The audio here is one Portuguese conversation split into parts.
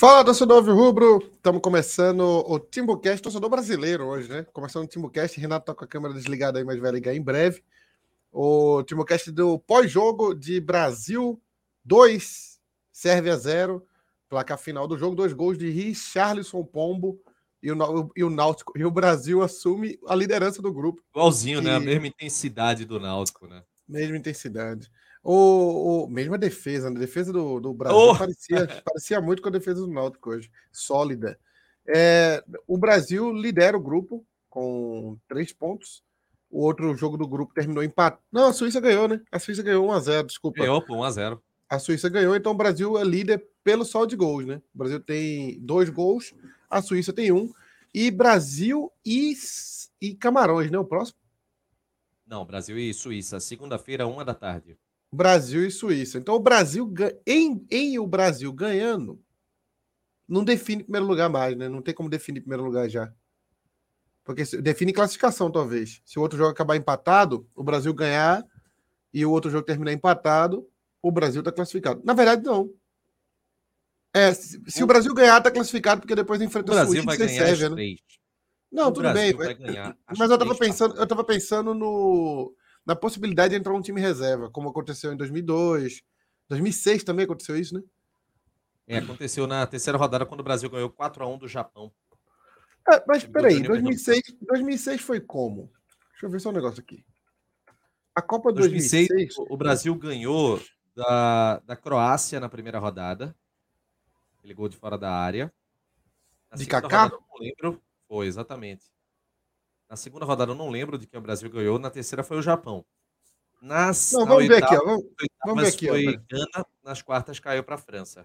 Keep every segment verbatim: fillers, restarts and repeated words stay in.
Fala, torcedor Rubro! Estamos começando o Timbucast, torcedor brasileiro hoje, né? Começando o Timbucast, Renato tá com a câmera desligada aí, mas vai ligar em breve. O Timbucast do pós-jogo de Brasil dois, Sérvia zero, placar final do jogo, dois gols de Richarlison Pombo e o, e o Náutico. E o Brasil assume a liderança do grupo. Igualzinho, que... né? A mesma intensidade do Náutico, né? Mesma intensidade. O, o, mesma defesa, né? A defesa do, do Brasil Oh! parecia, parecia muito com a defesa do Náutico hoje. Sólida. É, o Brasil lidera o grupo com três pontos. O outro jogo do grupo terminou empate. Não, a Suíça ganhou, né? A Suíça ganhou um a zero, desculpa. Ganhou, pô, um a zero. A Suíça ganhou, então o Brasil é líder pelo saldo de gols, né? O Brasil tem dois gols, a Suíça tem um. E Brasil e, e Camarões, né? O próximo? Não, Brasil e Suíça. Segunda-feira, uma da tarde. Brasil e Suíça. Então o Brasil, em, em o Brasil ganhando, não define primeiro lugar mais, né? Não tem como definir primeiro lugar já. Porque define classificação, talvez. Se o outro jogo acabar empatado, o Brasil ganhar e o outro jogo terminar empatado, o Brasil está classificado. Na verdade, não. É, se, se o, o Brasil ganhar, está classificado, porque depois enfrenta a Suíça vai e ganhar Sérvia, as né? três. Não, o tudo Brasil bem. Vai ganhar mas eu estava pensando, eu tava pensando no, na possibilidade de entrar um time reserva, como aconteceu em dois mil e dois. dois mil e seis também aconteceu isso, né? É, aconteceu na terceira rodada, quando o Brasil ganhou quatro a um do Japão. É, mas peraí, dois mil e seis, dois mil e seis foi como? Deixa eu ver só um negócio aqui. A Copa dois mil e seis... dois mil e seis, o Brasil ganhou da, da Croácia na primeira rodada. Ele gol de fora da área. Na de segunda Kaká? rodada, eu não lembro. Foi, exatamente. Na segunda rodada, eu não lembro de quem o Brasil ganhou. Na terceira foi o Japão. Nas, não, na vamos ver oitava, aqui, ó. Vamos, vamos ver aqui, foi ó. Gana. Nas quartas, caiu para a França.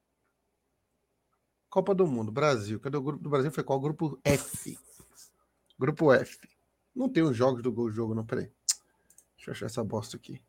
Copa do Mundo, Brasil. Cadê o grupo do Brasil? Foi qual? Grupo F. Grupo F. Não tem os jogos do gol jogo, não. Peraí. Deixa eu achar essa bosta aqui.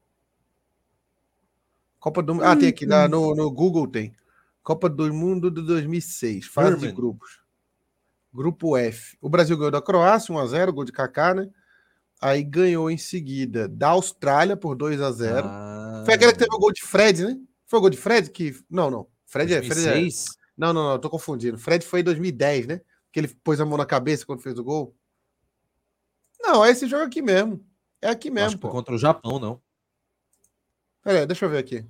Copa do Mundo. Ah, tem aqui. Na, no, no Google tem. Copa do Mundo de dois mil e seis. Fase Herman. de grupos. Grupo F. O Brasil ganhou da Croácia, um a zero, gol de Kaká, né? Aí ganhou em seguida da Austrália por dois a zero. Ah. Foi aquele que teve o gol de Fred, né? Foi o gol de Fred que... Não, não. Fred é... Fred é... Não, não, não. Eu tô confundindo. Fred foi em dois mil e dez, né? Que ele pôs a mão na cabeça quando fez o gol. Não, é esse jogo aqui mesmo. É aqui mesmo, Acho que pô. foi contra o Japão, não. Pera aí, deixa eu ver aqui.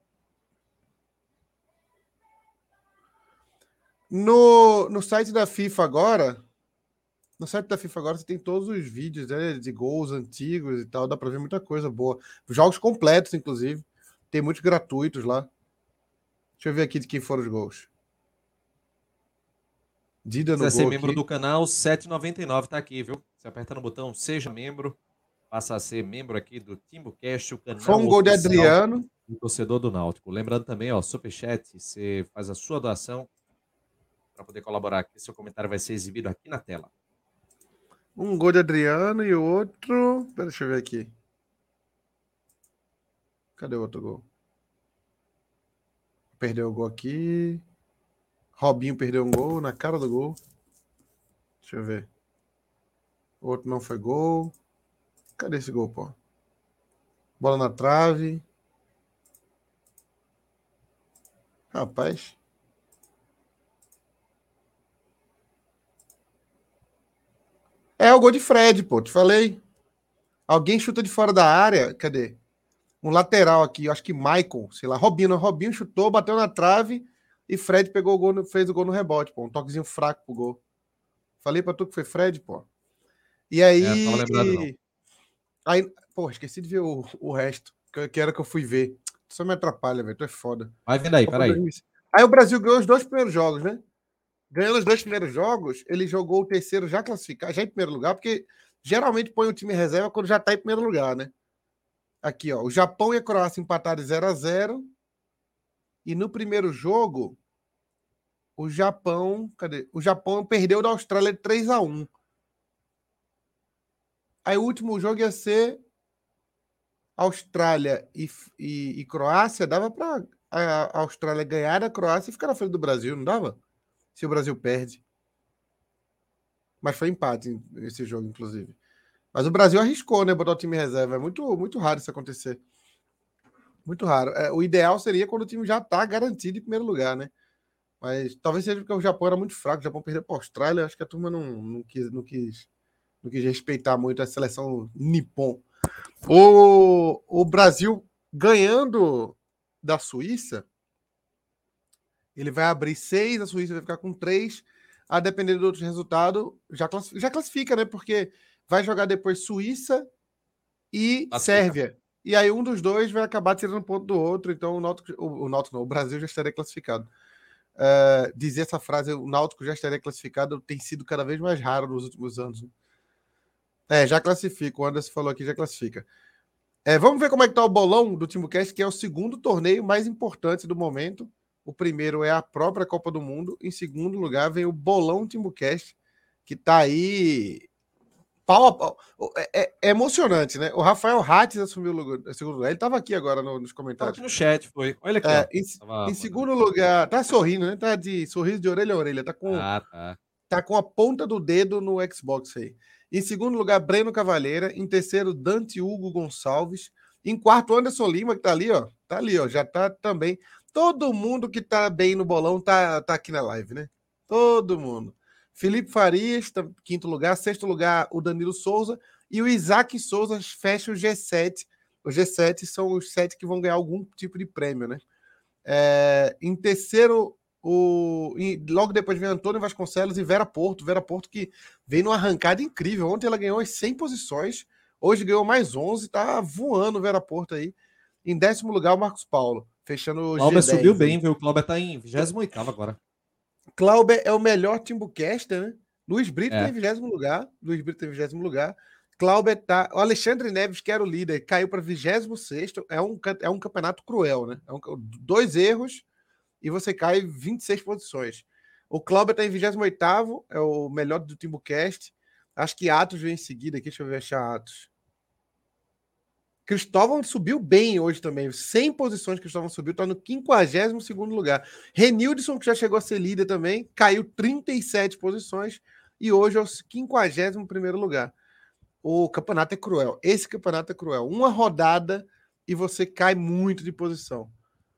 No, no site da FIFA agora... No site da FIFA agora você tem todos os vídeos, né, de gols antigos e tal, dá pra ver muita coisa boa. Jogos completos, inclusive. Tem muitos gratuitos lá. Deixa eu ver aqui de quem foram os gols. Dida no gol. Se quiser ser membro aqui. do canal, sete reais e noventa e nove centavos tá aqui, viu? Você aperta no botão Seja Membro, passa a ser membro aqui do Timbucast, o canal Foi um gol de Adriano. Do torcedor do Náutico. Lembrando também, ó, Superchat, você faz a sua doação para poder colaborar aqui. Seu comentário vai ser exibido aqui na tela. Um gol de Adriano e o outro... Pera, deixa eu ver aqui. Cadê o outro gol? Perdeu o gol aqui. Robinho perdeu um gol na cara do gol. Deixa eu ver. O outro não foi gol. Cadê esse gol, pô? Bola na trave. Rapaz. É o gol de Fred, pô. Te falei. Alguém chuta de fora da área. Cadê? Um lateral aqui. Acho que Michael. Sei lá. Robinho. Não. Robinho chutou, bateu na trave. E Fred pegou o gol, fez o gol no rebote, pô. Um toquezinho fraco pro gol. Falei pra tu que foi Fred, pô. E aí... É, não tava lembrado, não. Aí, pô, esqueci de ver o, o resto. Que, que era que eu fui ver. Só me atrapalha, velho. Tu é foda. Vai vendo aí, peraí. Aí o Brasil ganhou os dois primeiros jogos, né? Ganhando os dois primeiros jogos, ele jogou o terceiro já classificado, já em primeiro lugar, porque geralmente põe o time em reserva quando já tá em primeiro lugar, né? Aqui, ó. O Japão e a Croácia empataram zero a zero. E no primeiro jogo, o Japão... Cadê? O Japão perdeu da Austrália de três a um. Aí o último jogo ia ser Austrália e, e, e Croácia. Dava para a Austrália ganhar a Croácia e ficar na frente do Brasil, não dava? Se o Brasil perde. Mas foi empate esse jogo, inclusive. Mas o Brasil arriscou, né? Botar o time em reserva. É muito, muito raro isso acontecer. Muito raro. É, o ideal seria quando o time já está garantido em primeiro lugar, né? Mas talvez seja porque o Japão era muito fraco, o Japão perdeu para a Austrália, acho que a turma não, não, quis, não, quis, não quis respeitar muito a seleção nipon. O, o Brasil ganhando da Suíça, ele vai abrir seis, a Suíça vai ficar com três, a depender do outro resultado, já classifica, já classifica, né? Porque vai jogar depois Suíça e classifica. Sérvia. E aí um dos dois vai acabar tirando ponto do outro, então o Náutico, o, o, Náutico não, o Brasil já estaria classificado. Uh, dizer essa frase, o Náutico já estaria classificado, tem sido cada vez mais raro nos últimos anos. É, já classifica, o Anderson falou aqui, já classifica. É, vamos ver como é que tá o bolão do TimbuCast, que é o segundo torneio mais importante do momento. O primeiro é a própria Copa do Mundo. Em segundo lugar vem o bolão TimbuCast, que tá aí pau a pau. É, é, é emocionante, né? O Rafael Hatz assumiu o lugar, segundo lugar. Ele tava aqui agora no, nos comentários. Tava aqui no chat, foi. Olha aqui, é, ó. Em, em segundo lugar, tá sorrindo, né? Tá de sorriso de orelha a orelha. Tá com, ah, tá. tá com a ponta do dedo no Xbox aí. Em segundo lugar, Breno Cavalheira. Em terceiro, Dante Hugo Gonçalves. Em quarto, Anderson Lima, que tá ali, ó. Tá ali, ó. Já tá também. Todo mundo que tá bem no bolão tá, tá aqui na live, né? Todo mundo. Felipe Farias, tá, quinto lugar. Sexto lugar, o Danilo Souza. E o Isaac Souza fecha o G sete. Os G sete são os sete que vão ganhar algum tipo de prêmio, né? É, em terceiro, o, e logo depois vem Antônio Vasconcelos e Vera Porto. Vera Porto que vem numa arrancada incrível. Ontem ela ganhou as cem posições. Hoje ganhou mais onze. Tá voando o Vera Porto aí. Em décimo lugar, o Marcos Paulo. Fechando o Cláudio G dez. Subiu bem, viu? O Cláudio tá em vigésimo oitavo agora. Cláudio é o melhor timbucaster, né? Luiz Brito é. tem vigésimo lugar. Luiz Brito tem vigésimo lugar. Cláudio tá. O Alexandre Neves, que era o líder, caiu para vigésimo sexto. É um, é um campeonato cruel, né? É um, dois erros e você cai vinte e seis posições. O Cláudio está em vigésimo oitavo, é o melhor do TimbuCast. Acho que Atos vem em seguida aqui. Deixa eu ver achar Atos. Cristóvão subiu bem hoje também. cem posições que Cristóvão subiu, está no quinquagésimo segundo lugar. Renildson, que já chegou a ser líder também, caiu trinta e sete posições e hoje é o quinquagésimo primeiro lugar. O campeonato é cruel. Esse campeonato é cruel. Uma rodada e você cai muito de posição.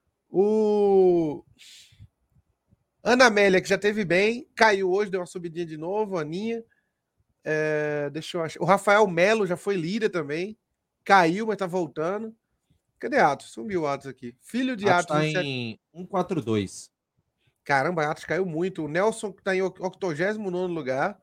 O Ana Amélia, que já teve bem, caiu hoje, deu uma subidinha de novo. Aninha. É... Deixa eu achar. O Rafael Melo já foi líder também. Caiu, mas tá voltando. Cadê Atos? Sumiu o Atos aqui. Filho de Atos. Atos. Tá em cento e quarenta e dois. Caramba, Atos caiu muito. O Nelson tá em octogésimo nono lugar.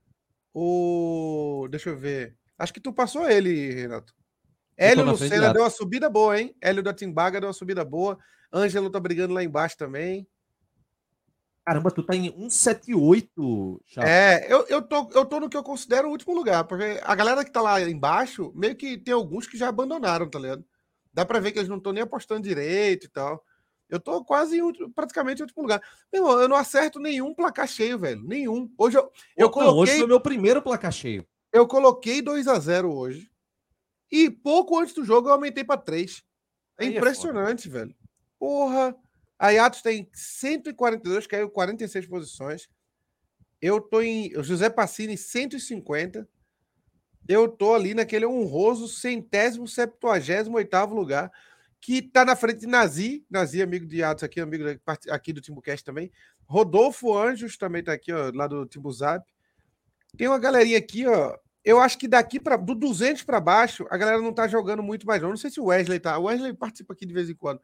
O. Deixa eu ver. Acho que tu passou ele, Renato. Hélio Lucena deu uma subida boa, hein? Hélio da Timbaga deu uma subida boa. Ângelo tá brigando lá embaixo também. Caramba, tu tá em cento e setenta e oito, Chapo. É, eu, eu, tô, eu tô no que eu considero o último lugar, porque a galera que tá lá embaixo, meio que tem alguns que já abandonaram, tá ligado? Dá pra ver que eles não estão nem apostando direito e tal. Eu tô quase em, praticamente em último lugar. Meu irmão, eu não acerto nenhum placar cheio, velho. Nenhum. Hoje eu, eu não, coloquei... Hoje foi o meu primeiro placar cheio. Eu coloquei dois a zero hoje. E pouco antes do jogo eu aumentei pra três. É Aí impressionante, é velho. Porra... A Atos tem cento e quarenta e dois, caiu quarenta e seis posições. Eu tô em José Passini, cento e cinquenta. Eu tô ali naquele honroso centésimo, septuagésimo oitavo lugar, que tá na frente de Nazi. Nazi, amigo de Atos aqui, amigo aqui do TimbuCast também. Rodolfo Anjos também tá aqui, ó, lá do TimbuZap. Tem uma galerinha aqui, ó. Eu acho que daqui para do duzentos para baixo, a galera não tá jogando muito mais não. Não sei se o Wesley tá. O Wesley participa aqui de vez em quando.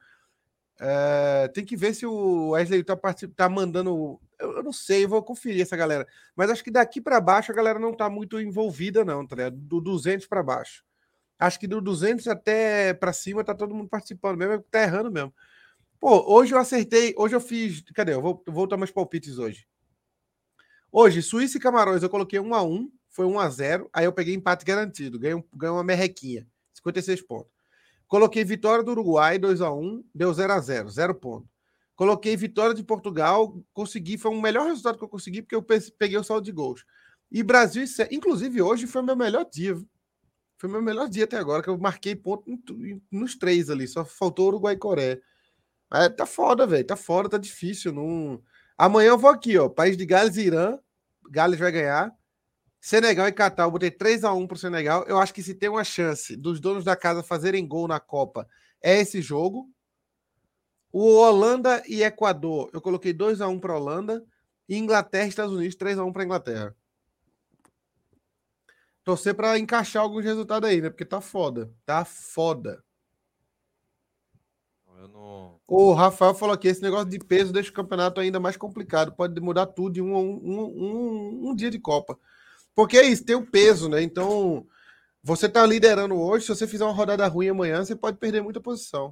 É, tem que ver se o Wesley tá, tá mandando. Eu, eu não sei, eu vou conferir essa galera. Mas acho que daqui para baixo a galera não tá muito envolvida, não, tá ligado? Do duzentos para baixo. Acho que do duzentos até para cima tá todo mundo participando mesmo, tá errando mesmo. Pô, hoje eu acertei. Hoje eu fiz. Cadê? Eu vou, vou tomar meus palpites hoje. Hoje, Suíça e Camarões, eu coloquei um a um, foi um a zero. Aí eu peguei empate garantido, ganhei, ganhei uma merrequinha, cinquenta e seis pontos. Coloquei vitória do Uruguai, dois a um, deu zero a zero, zero ponto. Coloquei vitória de Portugal, consegui, foi o melhor resultado que eu consegui, porque eu peguei o saldo de gols. E Brasil, inclusive hoje foi o meu melhor dia. Foi o meu melhor dia até agora, que eu marquei ponto nos três ali, só faltou Uruguai e Coreia. Mas tá foda, velho, tá foda, tá difícil. Não... Amanhã eu vou aqui, ó, País de Gales e Irã, Gales vai ganhar. Senegal e Catar, eu botei três a um pro Senegal. Eu acho que se tem uma chance dos donos da casa fazerem gol na Copa, é esse jogo. O Holanda e Equador, eu coloquei dois a um para a Holanda, e Inglaterra e Estados Unidos, três a um para a Inglaterra. Torcer para encaixar alguns resultados aí, né? Porque tá foda. Tá foda. Eu não... O Rafael falou aqui, esse negócio de peso deixa o campeonato ainda mais complicado. Pode mudar tudo em um, um, um, um dia de Copa. Porque é isso, tem o peso, né? Então, você tá liderando hoje, se você fizer uma rodada ruim amanhã, você pode perder muita posição.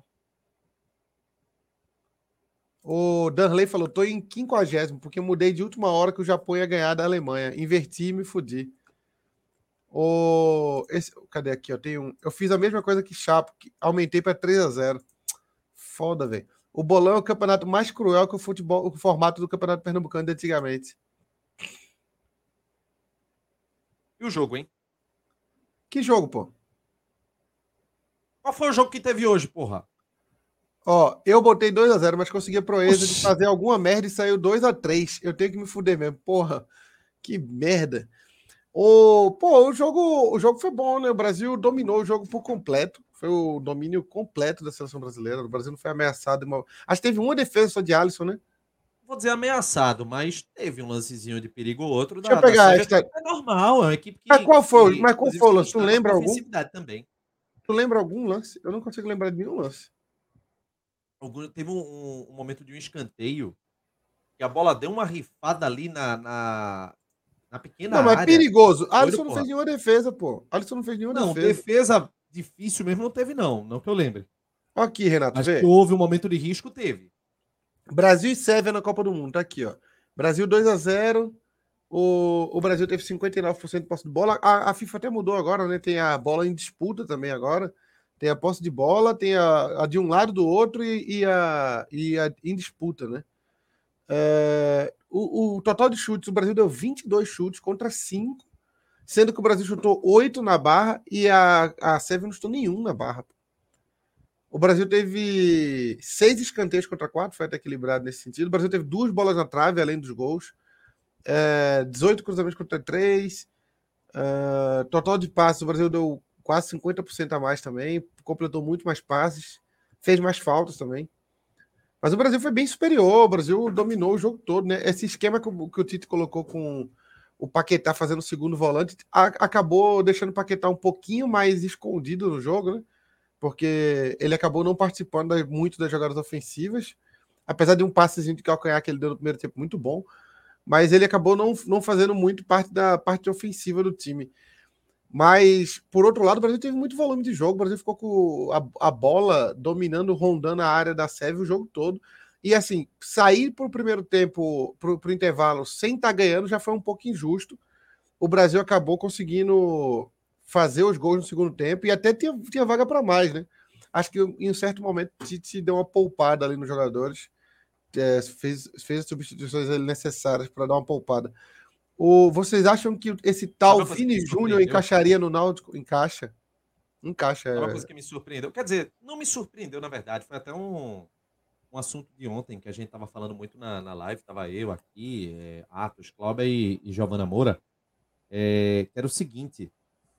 O Danley falou, tô em quinquagésimo, porque mudei de última hora que o Japão ia ganhar da Alemanha. Inverti e me fudi. O... Esse... Cadê aqui? Eu, tenho um... eu fiz a mesma coisa que Chapo, que aumentei para três a zero. Foda, velho. O bolão é o campeonato mais cruel que o futebol, o formato do campeonato pernambucano de antigamente. E o jogo, hein? Que jogo, pô? Qual foi o jogo que teve hoje, porra? Ó, eu botei dois a zero, mas consegui a proeza Oxi. de fazer alguma merda e saiu dois a três. Eu tenho que me fuder mesmo. Porra, que merda. O, pô, o jogo, o jogo foi bom, né? O Brasil dominou o jogo por completo. Foi o domínio completo da seleção brasileira. O Brasil não foi ameaçado. Uma... Acho que teve uma defesa só de Alisson, né? Vou dizer ameaçado, mas teve um lancezinho de perigo ou outro. Deixa Da, eu pegar esta. É normal, é uma equipe que. Mas qual foi? Que, mas qual foi o lance? Tu lembra algum? Ofensividade também. Tu lembra algum lance? Eu não consigo lembrar de nenhum lance. Algum, teve um, um, um momento de um escanteio que a bola deu uma rifada ali na, na, na pequena não, mas área. perigoso. Alisson não porra. fez nenhuma defesa, pô. Alisson não fez nenhuma não, defesa. Não, defesa difícil mesmo não teve, não. Não que eu lembre. Aqui, Renato, mas vê. que houve um momento de risco, teve. Brasil e Sérvia na Copa do Mundo. Tá aqui, ó. Brasil dois a zero. O, o Brasil teve cinquenta e nove por cento de posse de bola. A, a FIFA até mudou agora, né? Tem a bola em disputa também agora. Tem a posse de bola, tem a, a de um lado do outro e, e, a, e a em disputa, né? É, o, o total de chutes, o Brasil deu vinte e dois chutes contra cinco, sendo que o Brasil chutou oito na barra e a, a Sérvia não chutou nenhum na barra. O Brasil teve seis escanteios contra quatro, foi até equilibrado nesse sentido. O Brasil teve duas bolas na trave, além dos gols. É, dezoito cruzamentos contra três. É, total de passes, o Brasil deu quase cinquenta por cento a mais também. Completou muito mais passes. Fez mais faltas também. Mas o Brasil foi bem superior. O Brasil dominou o jogo todo, né? Esse esquema que o, que o Tite colocou com o Paquetá fazendo o segundo volante a, acabou deixando o Paquetá um pouquinho mais escondido no jogo, né? Porque ele acabou não participando das, muito das jogadas ofensivas, apesar de um passezinho de calcanhar que ele deu no primeiro tempo muito bom, mas ele acabou não, não fazendo muito parte da parte ofensiva do time. Mas, por outro lado, o Brasil teve muito volume de jogo, o Brasil ficou com a, a bola dominando, rondando a área da Sérvia o jogo todo, e assim, sair para o primeiro tempo, para o intervalo, sem estar tá ganhando, já foi um pouco injusto. O Brasil acabou conseguindo fazer os gols no segundo tempo e até tinha, tinha vaga para mais, né? Acho que em um certo momento se deu uma poupada ali nos jogadores, é, fez, fez as substituições necessárias para dar uma poupada. O, vocês acham que esse tal Vini Júnior encaixaria no Náutico? Encaixa. Encaixa. É uma coisa que me surpreendeu. Quer dizer, não me surpreendeu, na verdade. Foi até um, um assunto de ontem que a gente estava falando muito na, na live. Tava eu aqui, é, Atos, Cláudia e, e Giovana Moura. É, que era o seguinte.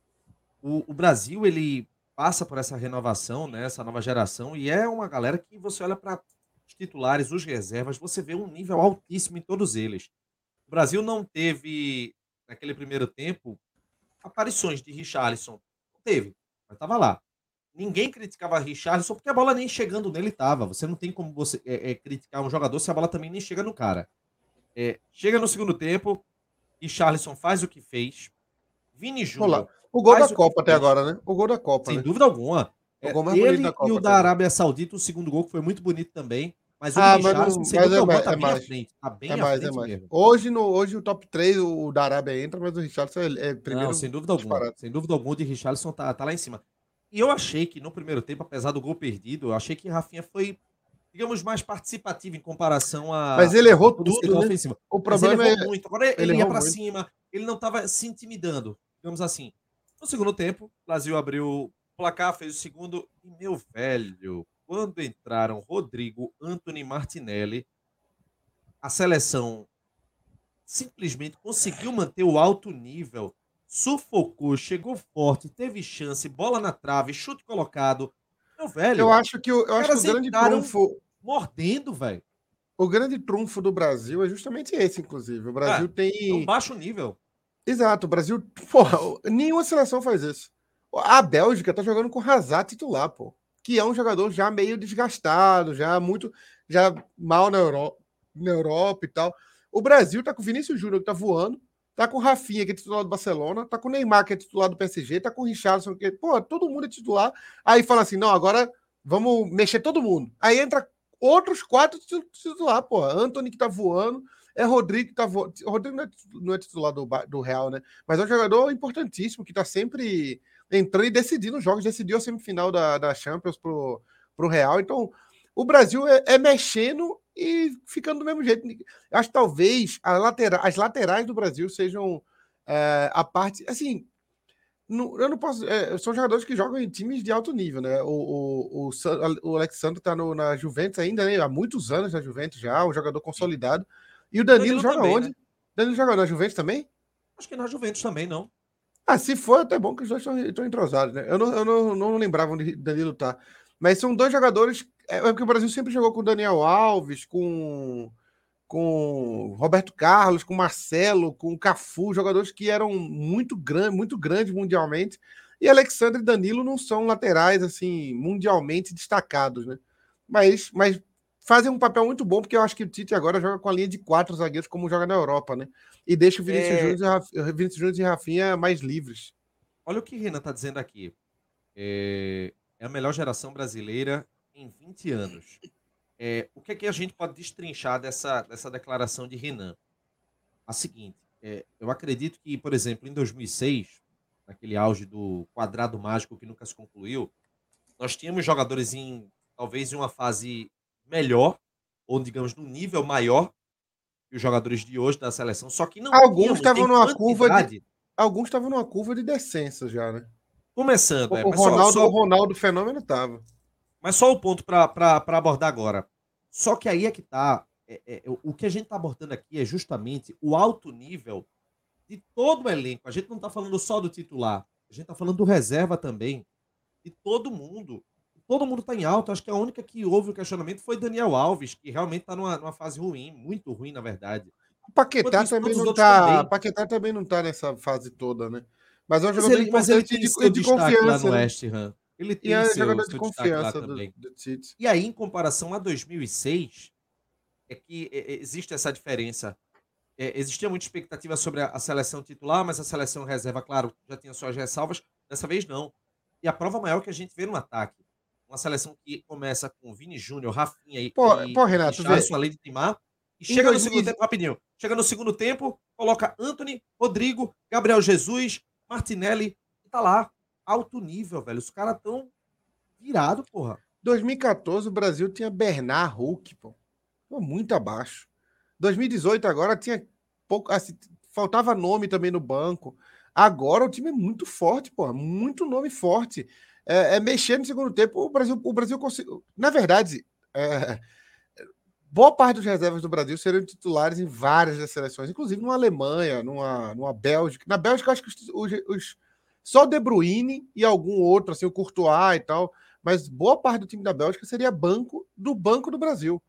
O, o Brasil, ele passa por essa renovação, né, essa nova geração, e é uma galera que você olha para os titulares, os reservas, você vê um nível altíssimo em todos eles. O Brasil não teve, naquele primeiro tempo, aparições de Richarlison. Não teve, mas estava lá. Ninguém criticava Richarlison porque a bola nem chegando nele estava. Você não tem como você é, é, criticar um jogador se a bola também nem chega no cara. É, chega no segundo tempo, Richarlison faz o que fez. Vini Júnior. O gol da Copa até agora, né? O gol da Copa. Sem né? dúvida alguma. O gol mais ele da Copa, e o da Arábia Saudita, o segundo gol, que foi muito bonito também. Mas o ah, do Richarlison, sem dúvida alguma, tá bem à frente. Tá bem à frente mesmo. Hoje, no, hoje o top três, o da Arábia entra, mas o Richarlison é, é primeiro. Não, sem dúvida alguma. Sem dúvida alguma, o de Richarlison tá, tá lá em cima. E eu achei que no primeiro tempo, apesar do gol perdido, eu achei que Rafinha foi, digamos, mais participativo em comparação a. Mas ele errou tudo, né? Ofensiva. O problema ele errou é... muito. Agora ele, ele ia para cima, ele não tava se intimidando, digamos assim. No segundo tempo, o Brasil abriu o placar, fez o segundo. E, meu velho, quando entraram Rodrigo, Antony e Martinelli, a seleção simplesmente conseguiu manter o alto nível, sufocou, chegou forte, teve chance, bola na trave, chute colocado. Meu velho, eu acho que o, eu acho que o grande trunfo, mordendo, velho. O grande trunfo do Brasil é justamente esse, inclusive. O Brasil é, tem... É um baixo nível. Exato, o Brasil... Porra, nenhuma seleção faz isso. A Bélgica tá jogando com Hazard titular, pô. Que é um jogador já meio desgastado, já muito... Já mal na Europa, na Europa e tal. O Brasil tá com o Vinícius Júnior, que tá voando. Tá com o Rafinha, que é titular do Barcelona. Tá com o Neymar, que é titular do P S G. Tá com o Richarlison, que... Pô, todo mundo é titular. Aí fala assim, não, agora vamos mexer todo mundo. Aí entra... outros quatro titular, pô. Antony que tá voando, é Rodrigo que tá voando. Rodrigo não é, não é titular do, do Real, né? Mas é um jogador importantíssimo que tá sempre entrando e decidindo jogos. Decidiu a semifinal da, da Champions pro, pro Real. Então, o Brasil é, é mexendo e ficando do mesmo jeito. Acho que talvez a latera, as laterais do Brasil sejam é, a parte. Assim. Não, eu não posso. É, são jogadores que jogam em times de alto nível, né? O, o, o, o Alex Sandro tá no, na Juventus ainda, né? Há muitos anos na Juventus já, um jogador consolidado. E o Danilo, Danilo joga também, onde? Né? Danilo joga na Juventus também? Acho que na Juventus também, não. Ah, se for, até bom que os dois estão entrosados, né? Eu não, eu não, não lembrava onde Danilo tá. Mas são dois jogadores. É porque o Brasil sempre jogou com o Daniel Alves, com. com Roberto Carlos, com Marcelo, com Cafu, jogadores que eram muito grandes, muito grandes mundialmente. E Alexandre e Danilo não são laterais assim mundialmente destacados, né? Mas, mas fazem um papel muito bom, porque eu acho que o Tite agora joga com a linha de quatro zagueiros como joga na Europa, né? E deixa o Vinícius, é... Júnior, e Rafinha, Vinícius Júnior e Rafinha mais livres. Olha o que Renan está dizendo aqui. É... é a melhor geração brasileira em vinte anos. É, o que é que a gente pode destrinchar dessa, dessa declaração de Renan? A seguinte, é, eu acredito que, por exemplo, em dois mil e seis, naquele auge do quadrado mágico que nunca se concluiu, nós tínhamos jogadores em, talvez, em uma fase melhor, ou, digamos, num nível maior que os jogadores de hoje da seleção, só que não alguns estavam numa curva de Alguns estavam numa curva de descenso já, né? Começando, o, é. O Ronaldo, só, só... o Ronaldo Fenômeno estava. Mas só o ponto para abordar agora. Só que aí é que tá. É, é, o que a gente está abordando aqui é justamente o alto nível de todo o elenco. A gente não está falando só do titular. A gente está falando do reserva também. De todo mundo. Todo mundo está em alta. Acho que a única que houve o questionamento foi Daniel Alves, que realmente está numa, numa fase ruim. Muito ruim, na verdade. O Paquetá isso, também não tá. Paquetá também não tá nessa fase toda, né? Mas é um jogador ele, importante mas ele de, seu de confiança lá no né? West Ham. Ele tem e é seu, jogador seu de confiança lá também. Do, do Tite. E aí, em comparação a dois mil e seis, é que existe essa diferença. É, existia muita expectativa sobre a, a seleção titular, mas a seleção reserva, claro, já tinha suas ressalvas. Dessa vez, não. E a prova maior que a gente vê no ataque. Uma seleção que começa com Vini Júnior, Rafinha e, pô, e, pô, Renato, e Charles, além de Neymar. E chega no segundo tempo, rapidinho. Chega no segundo tempo, coloca Antony, Rodrigo, Gabriel Jesus, Martinelli, e tá lá. Alto nível, velho. Os caras tão virados, porra. dois mil e catorze, o Brasil tinha Bernard, Hulk, pô. Muito abaixo. dois mil e dezoito agora tinha pouco, assim, faltava nome também no banco. Agora o time é muito forte, pô, muito nome forte. É, é mexer no segundo tempo. O Brasil, o Brasil conseguiu. Na verdade, é, boa parte dos reservas do Brasil seriam titulares em várias das seleções, inclusive numa Alemanha, numa, numa Bélgica. Na Bélgica, acho que os, os, os só o De Bruyne e algum outro, assim, o Courtois e tal. Mas boa parte do time da Bélgica seria banco do banco do Brasil.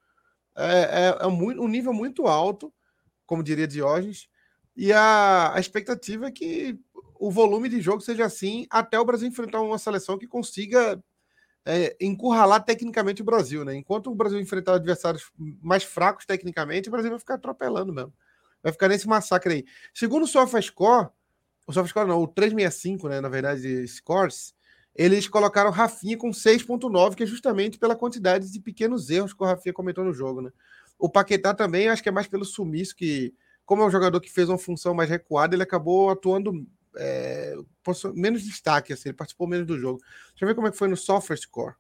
É, é, é um, um nível muito alto, como diria Diógenes, e a, a expectativa é que o volume de jogo seja assim até o Brasil enfrentar uma seleção que consiga é, encurralar tecnicamente o Brasil, né? Enquanto o Brasil enfrentar adversários mais fracos tecnicamente, o Brasil vai ficar atropelando mesmo. Vai ficar nesse massacre aí. Segundo o SofaScore, o SofaScore não, o trezentos e sessenta e cinco, né, na verdade, Scores, eles colocaram Rafinha com seis ponto nove, que é justamente pela quantidade de pequenos erros que o Rafinha comentou no jogo, né? O Paquetá também, acho que é mais pelo sumiço, que, como é um jogador que fez uma função mais recuada, ele acabou atuando é, menos destaque, assim, ele participou menos do jogo. Deixa eu ver como é que foi no SofaScore.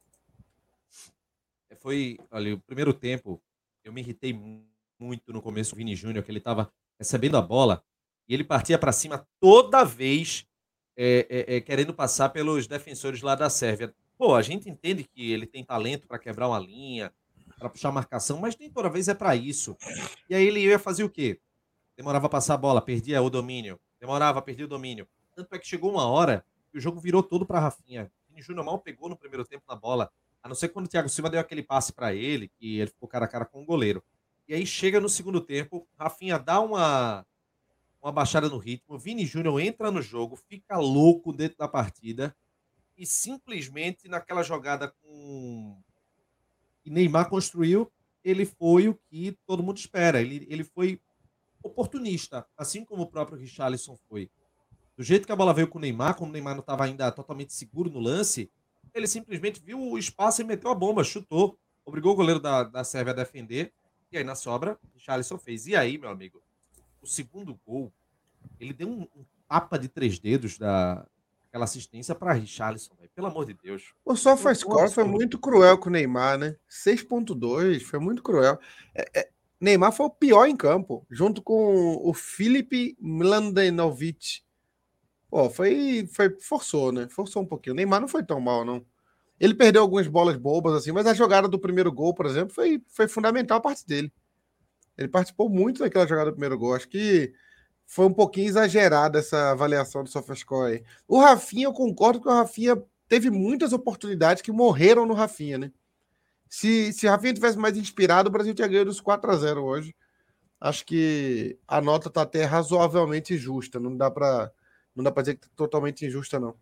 Foi, olha, o primeiro tempo, eu me irritei muito no começo do Vini Júnior, que ele estava recebendo a bola e ele partia para cima toda vez, é, é, é, querendo passar pelos defensores lá da Sérvia. Pô, a gente entende que ele tem talento para quebrar uma linha, para puxar a marcação, mas nem toda vez é para isso. E aí ele ia fazer o quê? Demorava a passar a bola, perdia o domínio. Demorava, perdia o domínio. Tanto é que chegou uma hora que o jogo virou todo para Rafinha. O Vini Júnior mal pegou no primeiro tempo na bola. A não ser quando o Thiago Silva deu aquele passe para ele, que ele ficou cara a cara com o goleiro. E aí chega no segundo tempo, Rafinha dá uma, uma baixada no ritmo, Vini Júnior entra no jogo, fica louco dentro da partida e simplesmente naquela jogada com que Neymar construiu, ele foi o que todo mundo espera. Ele, ele foi oportunista, assim como o próprio Richarlison foi. Do jeito que a bola veio com o Neymar, como o Neymar não estava ainda totalmente seguro no lance, ele simplesmente viu o espaço e meteu a bomba, chutou, obrigou o goleiro da, da Sérvia a defender, e aí na sobra, o Richarlison fez. E aí, meu amigo, o segundo gol, ele deu um, um tapa de três dedos da aquela assistência para Richarlison, véio. Pelo amor de Deus. O SofaScore foi muito cruel com o Neymar, né? seis ponto dois, foi muito cruel. É, é, Neymar foi o pior em campo, junto com o Filipe Mladenovic. Pô, foi, foi, forçou, né? Forçou um pouquinho. O Neymar não foi tão mal, não. Ele perdeu algumas bolas bobas, assim, mas a jogada do primeiro gol, por exemplo, foi, foi fundamental a parte dele. Ele participou muito daquela jogada do primeiro gol. Acho que foi um pouquinho exagerada essa avaliação do SofaScore aí. O Rafinha, eu concordo que o Rafinha teve muitas oportunidades que morreram no Rafinha, né? Se, se o Rafinha tivesse mais inspirado, o Brasil tinha ganho dos quatro a zero hoje. Acho que a nota tá até razoavelmente justa. Não dá para não dá para dizer que tá totalmente injusta, não.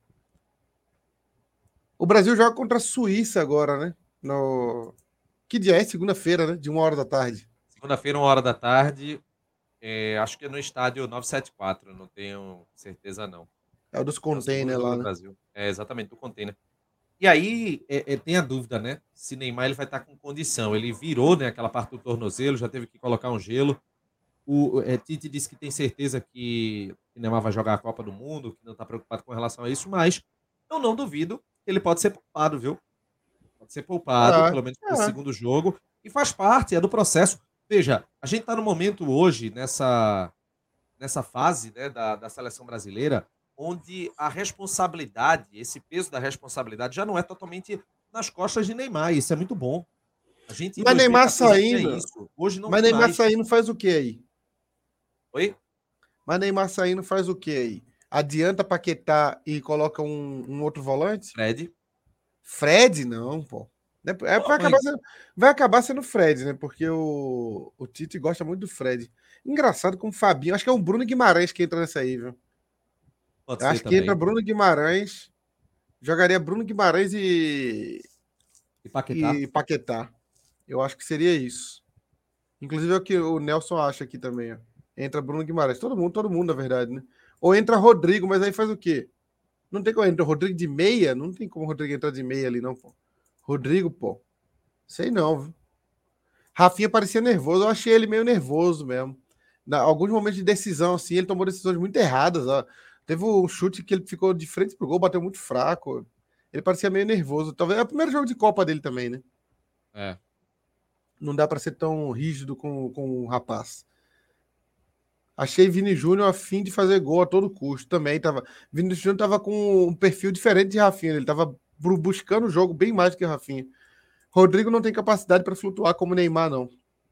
O Brasil joga contra a Suíça agora, né? No... Que dia é? Segunda-feira, né? De uma hora da tarde. Segunda-feira, uma hora da tarde. É, acho que é no estádio novecentos e setenta e quatro, não tenho certeza, não. É o dos É o segundo containers jogo lá, do né? Brasil. É, exatamente, do container. E aí, é, é, tem a dúvida, né? Se Neymar ele vai estar com condição. Ele virou, né, aquela parte do tornozelo, já teve que colocar um gelo. O é, Tite disse que tem certeza que, que Neymar vai jogar a Copa do Mundo, que não está preocupado com relação a isso, mas eu não duvido que ele pode ser poupado, viu? Pode ser poupado, Ah, pelo menos para esse ah. segundo jogo, e faz parte, é do processo. Veja, a gente está no momento hoje, nessa, nessa fase, né, da, da seleção brasileira, onde a responsabilidade, esse peso da responsabilidade já não é totalmente nas costas de Neymar. Isso é muito bom. A gente em Mas Neymar dois mil e quatorze tinha saindo. isso. Hoje não Mas tem Neymar mais. saindo faz o que aí? Oi? Mas Neymar saindo faz o que aí? Adianta Paquetá e coloca um, um outro volante? Fred. Fred, não, pô. É, é, Pô, vai, acabar mas sendo, vai acabar sendo Fred, né? Porque o, o Tite gosta muito do Fred. Engraçado com o Fabinho. Acho que é o Bruno Guimarães que entra nessa aí, viu? pode Eu ser acho que entra também. Bruno Guimarães. Jogaria Bruno Guimarães e, E Paquetá. e Paquetá. Eu acho que seria isso. Inclusive é o que o Nelson acha aqui também, ó. Entra Bruno Guimarães. Todo mundo, todo mundo, na verdade, né? Ou entra Rodrigo, mas aí faz o quê? Não tem como entrar Rodrigo de meia? Não tem como o Rodrigo entrar de meia ali, não, pô. Rodrigo, pô. Sei não, viu? Rafinha parecia nervoso. Eu achei ele meio nervoso mesmo. Na, alguns momentos de decisão, assim, ele tomou decisões muito erradas. Ó. Teve um chute que ele ficou de frente pro gol, bateu muito fraco. Ele parecia meio nervoso. Talvez é o primeiro jogo de Copa dele também, né? É. Não dá para ser tão rígido com, com o rapaz. Achei Vini Júnior a fim de fazer gol a todo custo também. Tava, Vini Júnior tava com um perfil diferente de Rafinha. Ele tava buscando o jogo bem mais do que Rafinha. Rodrigo não tem capacidade para flutuar como Neymar, não.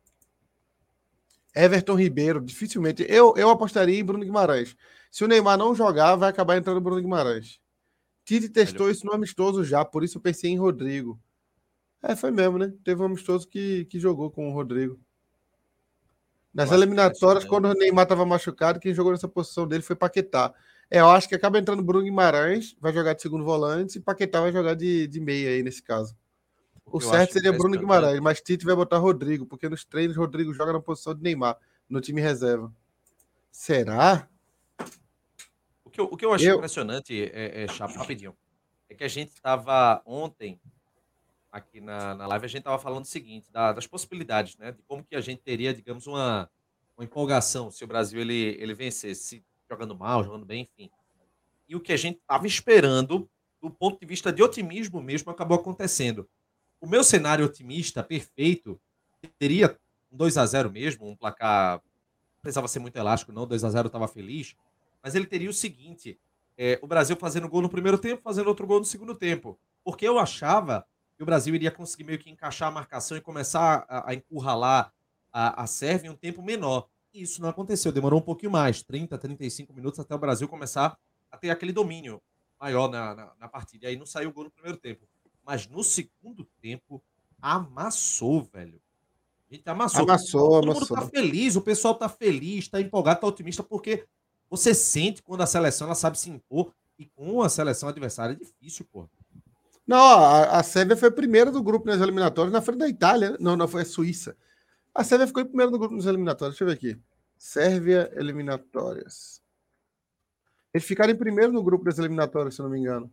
Everton Ribeiro, dificilmente. Eu, eu apostaria em Bruno Guimarães. Se o Neymar não jogar, vai acabar entrando Bruno Guimarães. Tite testou isso no amistoso já, por isso eu pensei em Rodrigo. É, foi mesmo, né? Teve um amistoso que, que jogou com o Rodrigo. Nas Eu acho eliminatórias, quando o impressionante. Neymar estava machucado, quem jogou nessa posição dele foi Paquetá. É, eu acho que acaba entrando Bruno Guimarães, vai jogar de segundo volante, e Paquetá vai jogar de, de meia aí nesse caso. O O que eu certo acho seria Bruno Guimarães, impressionante. mas Tite vai botar Rodrigo, porque nos treinos Rodrigo joga na posição de Neymar, no time reserva. Será? O que eu, o que eu acho Eu. impressionante, é, é, Chapo, rapidinho, é que a gente estava ontem, aqui na, na live, a gente estava falando o seguinte, da- das possibilidades, né? De como que a gente teria, digamos, uma, uma empolgação se o Brasil ele, ele vencesse, jogando mal, jogando bem, enfim. E o que a gente estava esperando, do ponto de vista de otimismo mesmo, acabou acontecendo. O meu cenário otimista, perfeito, teria um dois a zero mesmo, um placar, não precisava ser muito elástico, não, dois a zero eu estava feliz, mas ele teria o seguinte, é, o Brasil fazendo gol no primeiro tempo, fazendo outro gol no segundo tempo, porque eu achava que o Brasil iria conseguir meio que encaixar a marcação e começar a, a encurralar a, a Sérvia em um tempo menor. E isso não aconteceu, demorou um pouquinho mais, trinta, trinta e cinco minutos até o Brasil começar a ter aquele domínio maior na, na, na partida. E aí não saiu o gol no primeiro tempo. Mas no segundo tempo, amassou, velho. A gente amassou. Amassou, Todo amassou. mundo tá feliz, o pessoal tá feliz, tá empolgado, tá otimista, porque você sente quando a seleção ela sabe se impor, e com a seleção adversária é difícil, pô. Não, a, a Sérvia foi a primeira do grupo nas eliminatórias, na frente da Itália. Não, não, foi a Suíça. A Sérvia ficou em primeiro do grupo nas eliminatórias. Deixa eu ver aqui. Sérvia, eliminatórias. Eles ficaram em primeiro no grupo das eliminatórias, se eu não me engano.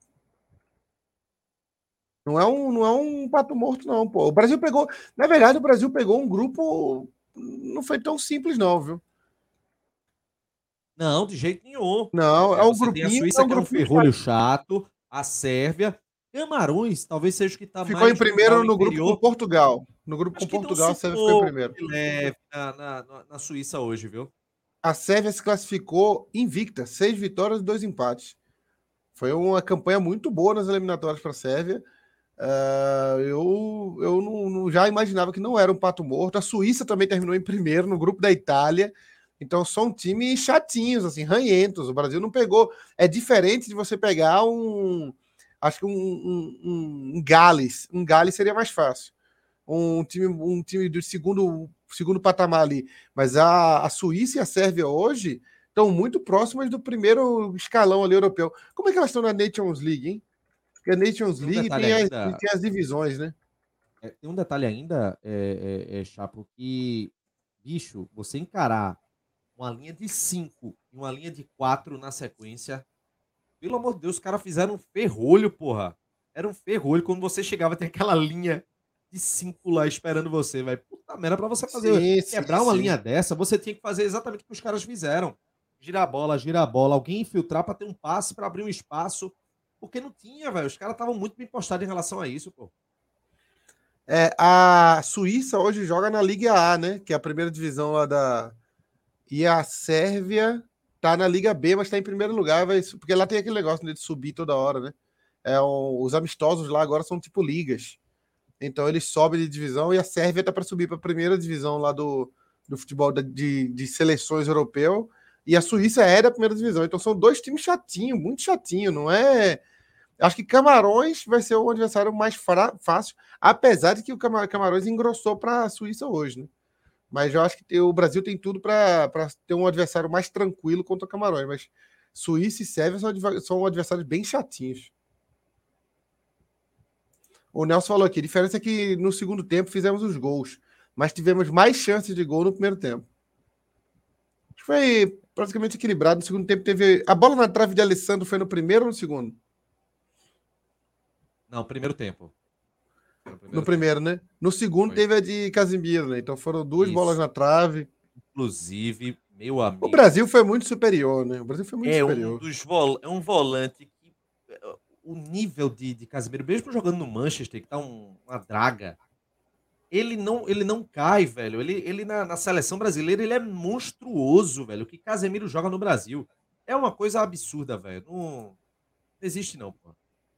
Não é um, não é um pato morto, não, pô. O Brasil pegou... Na verdade, o Brasil pegou um grupo... Não foi tão simples, não, viu? Não, de jeito nenhum. Não, é, é um você grupinho... Tem a Suíça, é um que é um grupinho ferrolho chato. A Sérvia... Camarões, talvez seja o que está mais... Ficou em primeiro no grupo com Portugal. No grupo Acho com Portugal, a Sérvia ficou em primeiro. Leve na, na, na Suíça hoje, viu? A Sérvia se classificou invicta. Seis vitórias e dois empates. Foi uma campanha muito boa nas eliminatórias para a Sérvia. Uh, eu eu não, não, já imaginava que não era um pato morto. A Suíça também terminou em primeiro no grupo da Itália. Então são times chatinhos, assim, ranhentos. O Brasil não pegou. É diferente de você pegar um... Acho que um, um, um, um Gales. Um Gales seria mais fácil. Um time, um time do segundo, segundo patamar ali. Mas a, a Suíça e a Sérvia hoje estão muito próximas do primeiro escalão ali europeu. Como é que elas estão na Nations League, hein? Porque a Nations tem um League tem as, tem as divisões, né? É, tem um detalhe ainda, é, é, é, Chapo, que, bicho, você encarar uma linha de cinco e uma linha de quatro na sequência, pelo amor de Deus, os caras fizeram um ferrolho, porra. Era um ferrolho quando você chegava, tem aquela linha de cinco lá esperando você, vai. Puta merda, pra você fazer, sim, quebrar sim, uma sim. linha dessa, você tinha que fazer exatamente o que os caras fizeram. Girar a bola, girar a bola, alguém infiltrar pra ter um passe, pra abrir um espaço. Porque não tinha, velho. Os caras estavam muito bem postados em relação a isso, pô. É, a Suíça hoje joga na Liga A, né? Que é a primeira divisão lá da... E a Sérvia tá na Liga B, mas tá em primeiro lugar, vai... porque lá tem aquele negócio de subir toda hora, né? É, um... Os amistosos lá agora são tipo ligas. Então eles sobem de divisão e a Sérvia tá para subir para a primeira divisão lá do, do futebol de, de seleções europeu. E a Suíça é da primeira divisão. Então são dois times chatinhos, muito chatinho, não é... Acho que Camarões vai ser o adversário mais fácil, apesar de que o Camarões engrossou para a Suíça hoje, né? Mas eu acho que o Brasil tem tudo para ter um adversário mais tranquilo contra o Camarões. Mas Suíça e Sérvia são, são adversários bem chatinhos. O Nelson falou aqui, a diferença é que no segundo tempo fizemos os gols, mas tivemos mais chances de gol no primeiro tempo. Foi praticamente equilibrado. No segundo tempo teve... A bola na trave de Alessandro foi no primeiro ou no segundo? Não, primeiro tempo. No primeiro, no primeiro né? No segundo Foi. teve a de Casemiro, né? Então foram duas Isso. bolas na trave. Inclusive, meu amigo... O Brasil foi muito superior, né? O Brasil foi muito é superior. Um dos vol... É um volante que... O nível de, de Casemiro, mesmo jogando no Manchester, que tá um, uma draga, ele não, ele não cai, velho. Ele, ele na, na seleção brasileira, ele é monstruoso, velho. O que Casemiro joga no Brasil é uma coisa absurda, velho. Não, não existe não, pô.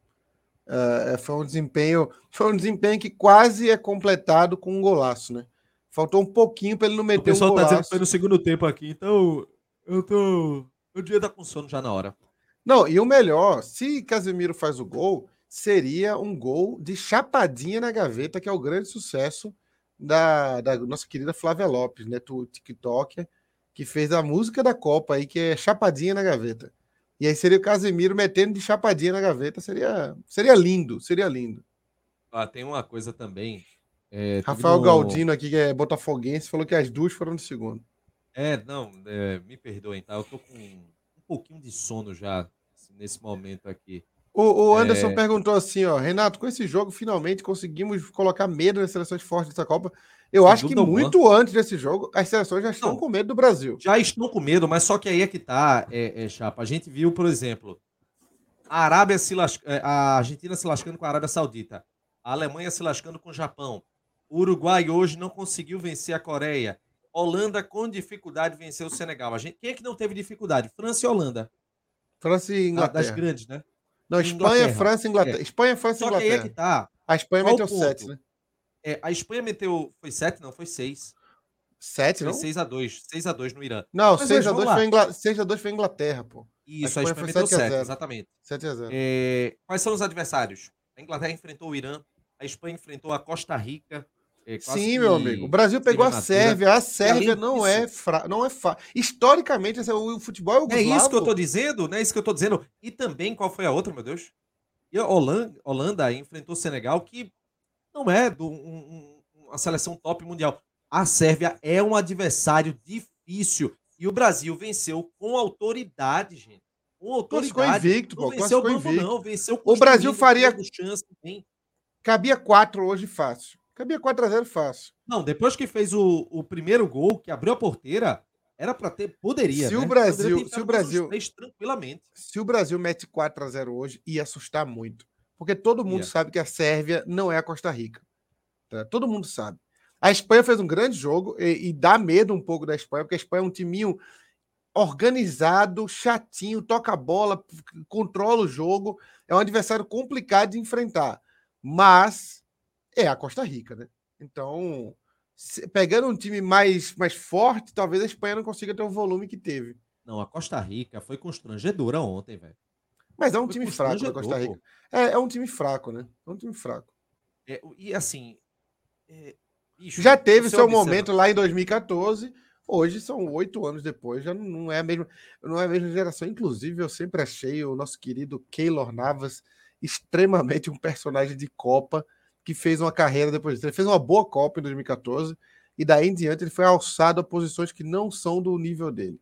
Uh, foi um desempenho foi um desempenho que quase é completado com um golaço, né? Faltou um pouquinho para ele não meter um golaço. O pessoal tá dizendo que foi no segundo tempo aqui, então eu tô... Eu devia estar com sono já na hora. Não, e o melhor, se Casemiro faz o gol, seria um gol de chapadinha na gaveta, que é o grande sucesso da, da nossa querida Flávia Lopes, né? Do TikTok, que fez a música da Copa aí, que é Chapadinha na Gaveta. E aí seria o Casemiro metendo de chapadinha na gaveta. Seria, seria lindo, seria lindo. Ah, tem uma coisa também. É, Rafael no... Galdino aqui, que é botafoguense, falou que as duas foram no segundo. É, não, é, me perdoem, tá? Eu tô com um pouquinho de sono já assim, nesse momento aqui. O, o Anderson é... perguntou assim, ó, Renato, com esse jogo finalmente conseguimos colocar medo nas seleções fortes dessa Copa. Eu Sem acho que muito uma. antes desse jogo, as seleções já estão não, com medo do Brasil. Já estão com medo, mas só que aí é que tá, é, é, Chapa. A gente viu, por exemplo, a Arábia se las... a Argentina se lascando com a Arábia Saudita, a Alemanha se lascando com o Japão, o Uruguai hoje não conseguiu vencer a Coreia, Holanda com dificuldade venceu o Senegal. A gente... Quem é que não teve dificuldade? França e Holanda. França e Inglaterra. Das grandes, né? Não, Espanha, França e Inglaterra. É. Espanha, França e Inglaterra. Só que aí é que tá. A Espanha Qual meteu sete, né? É, a Espanha meteu... Foi sete? Não, foi seis. sete, foi não? seis a dois. seis a dois no Irã. Não, seis a dois foi, Ingl... seis a dois foi Inglaterra, pô. Isso, a Espanha, a Espanha meteu sete, exatamente. sete a zero. É... Quais são os adversários? A Inglaterra enfrentou o Irã, a Espanha enfrentou a Costa Rica, é, quase Sim, meu amigo. O que Brasil sem pegou a mamadeira. Sérvia. A E Sérvia além não disso, é fra... não é fa... Historicamente, esse é o futebol é isso que eu tô iugoslavo. dizendo, não é isso que eu tô dizendo. E também, qual foi a outra, meu Deus? E a Holanda, Holanda enfrentou o Senegal, que não é do, um, um, uma seleção top mundial. A Sérvia é um adversário difícil. E o Brasil venceu com autoridade, gente. Com Classificou autoridade. invicto, Não pô. venceu Classificou bambo, invicto. não. Venceu O Brasil construindo, faria. criando chance. Bem. Cabia quatro hoje fácil. Cabia quatro a zero fácil. Não, depois que fez o, o primeiro gol, que abriu a porteira, era para ter. Poderia, Se o né? Poderia ter Brasil, se o entrado mais uns Brasil, três tranquilamente. se o Brasil mete quatro a zero hoje, ia assustar muito. Porque todo mundo Ia. sabe que a Sérvia não é a Costa Rica. Tá? Todo mundo sabe. A Espanha fez um grande jogo e, e dá medo um pouco da Espanha, porque a Espanha é um timinho organizado, chatinho, toca a bola, controla o jogo. É um adversário complicado de enfrentar. Mas é a Costa Rica, né? Então, se, pegando um time mais, mais forte, talvez a Espanha não consiga ter o volume que teve. Não, a Costa Rica foi constrangedora ontem, velho. Mas é um Foi time fraco da constrangedor, Costa Rica. pô. É, é um time fraco, né? É um time fraco. É, e assim, é, Já bicho, teve você seu observa. momento lá em dois mil e quatorze. Hoje são oito anos depois, já não é a mesma, não é a mesma geração. Inclusive, eu sempre achei o nosso querido Keylor Navas extremamente um personagem de Copa que fez uma carreira depois disso. Ele fez uma boa Copa em dois mil e quatorze e daí em diante ele foi alçado a posições que não são do nível dele.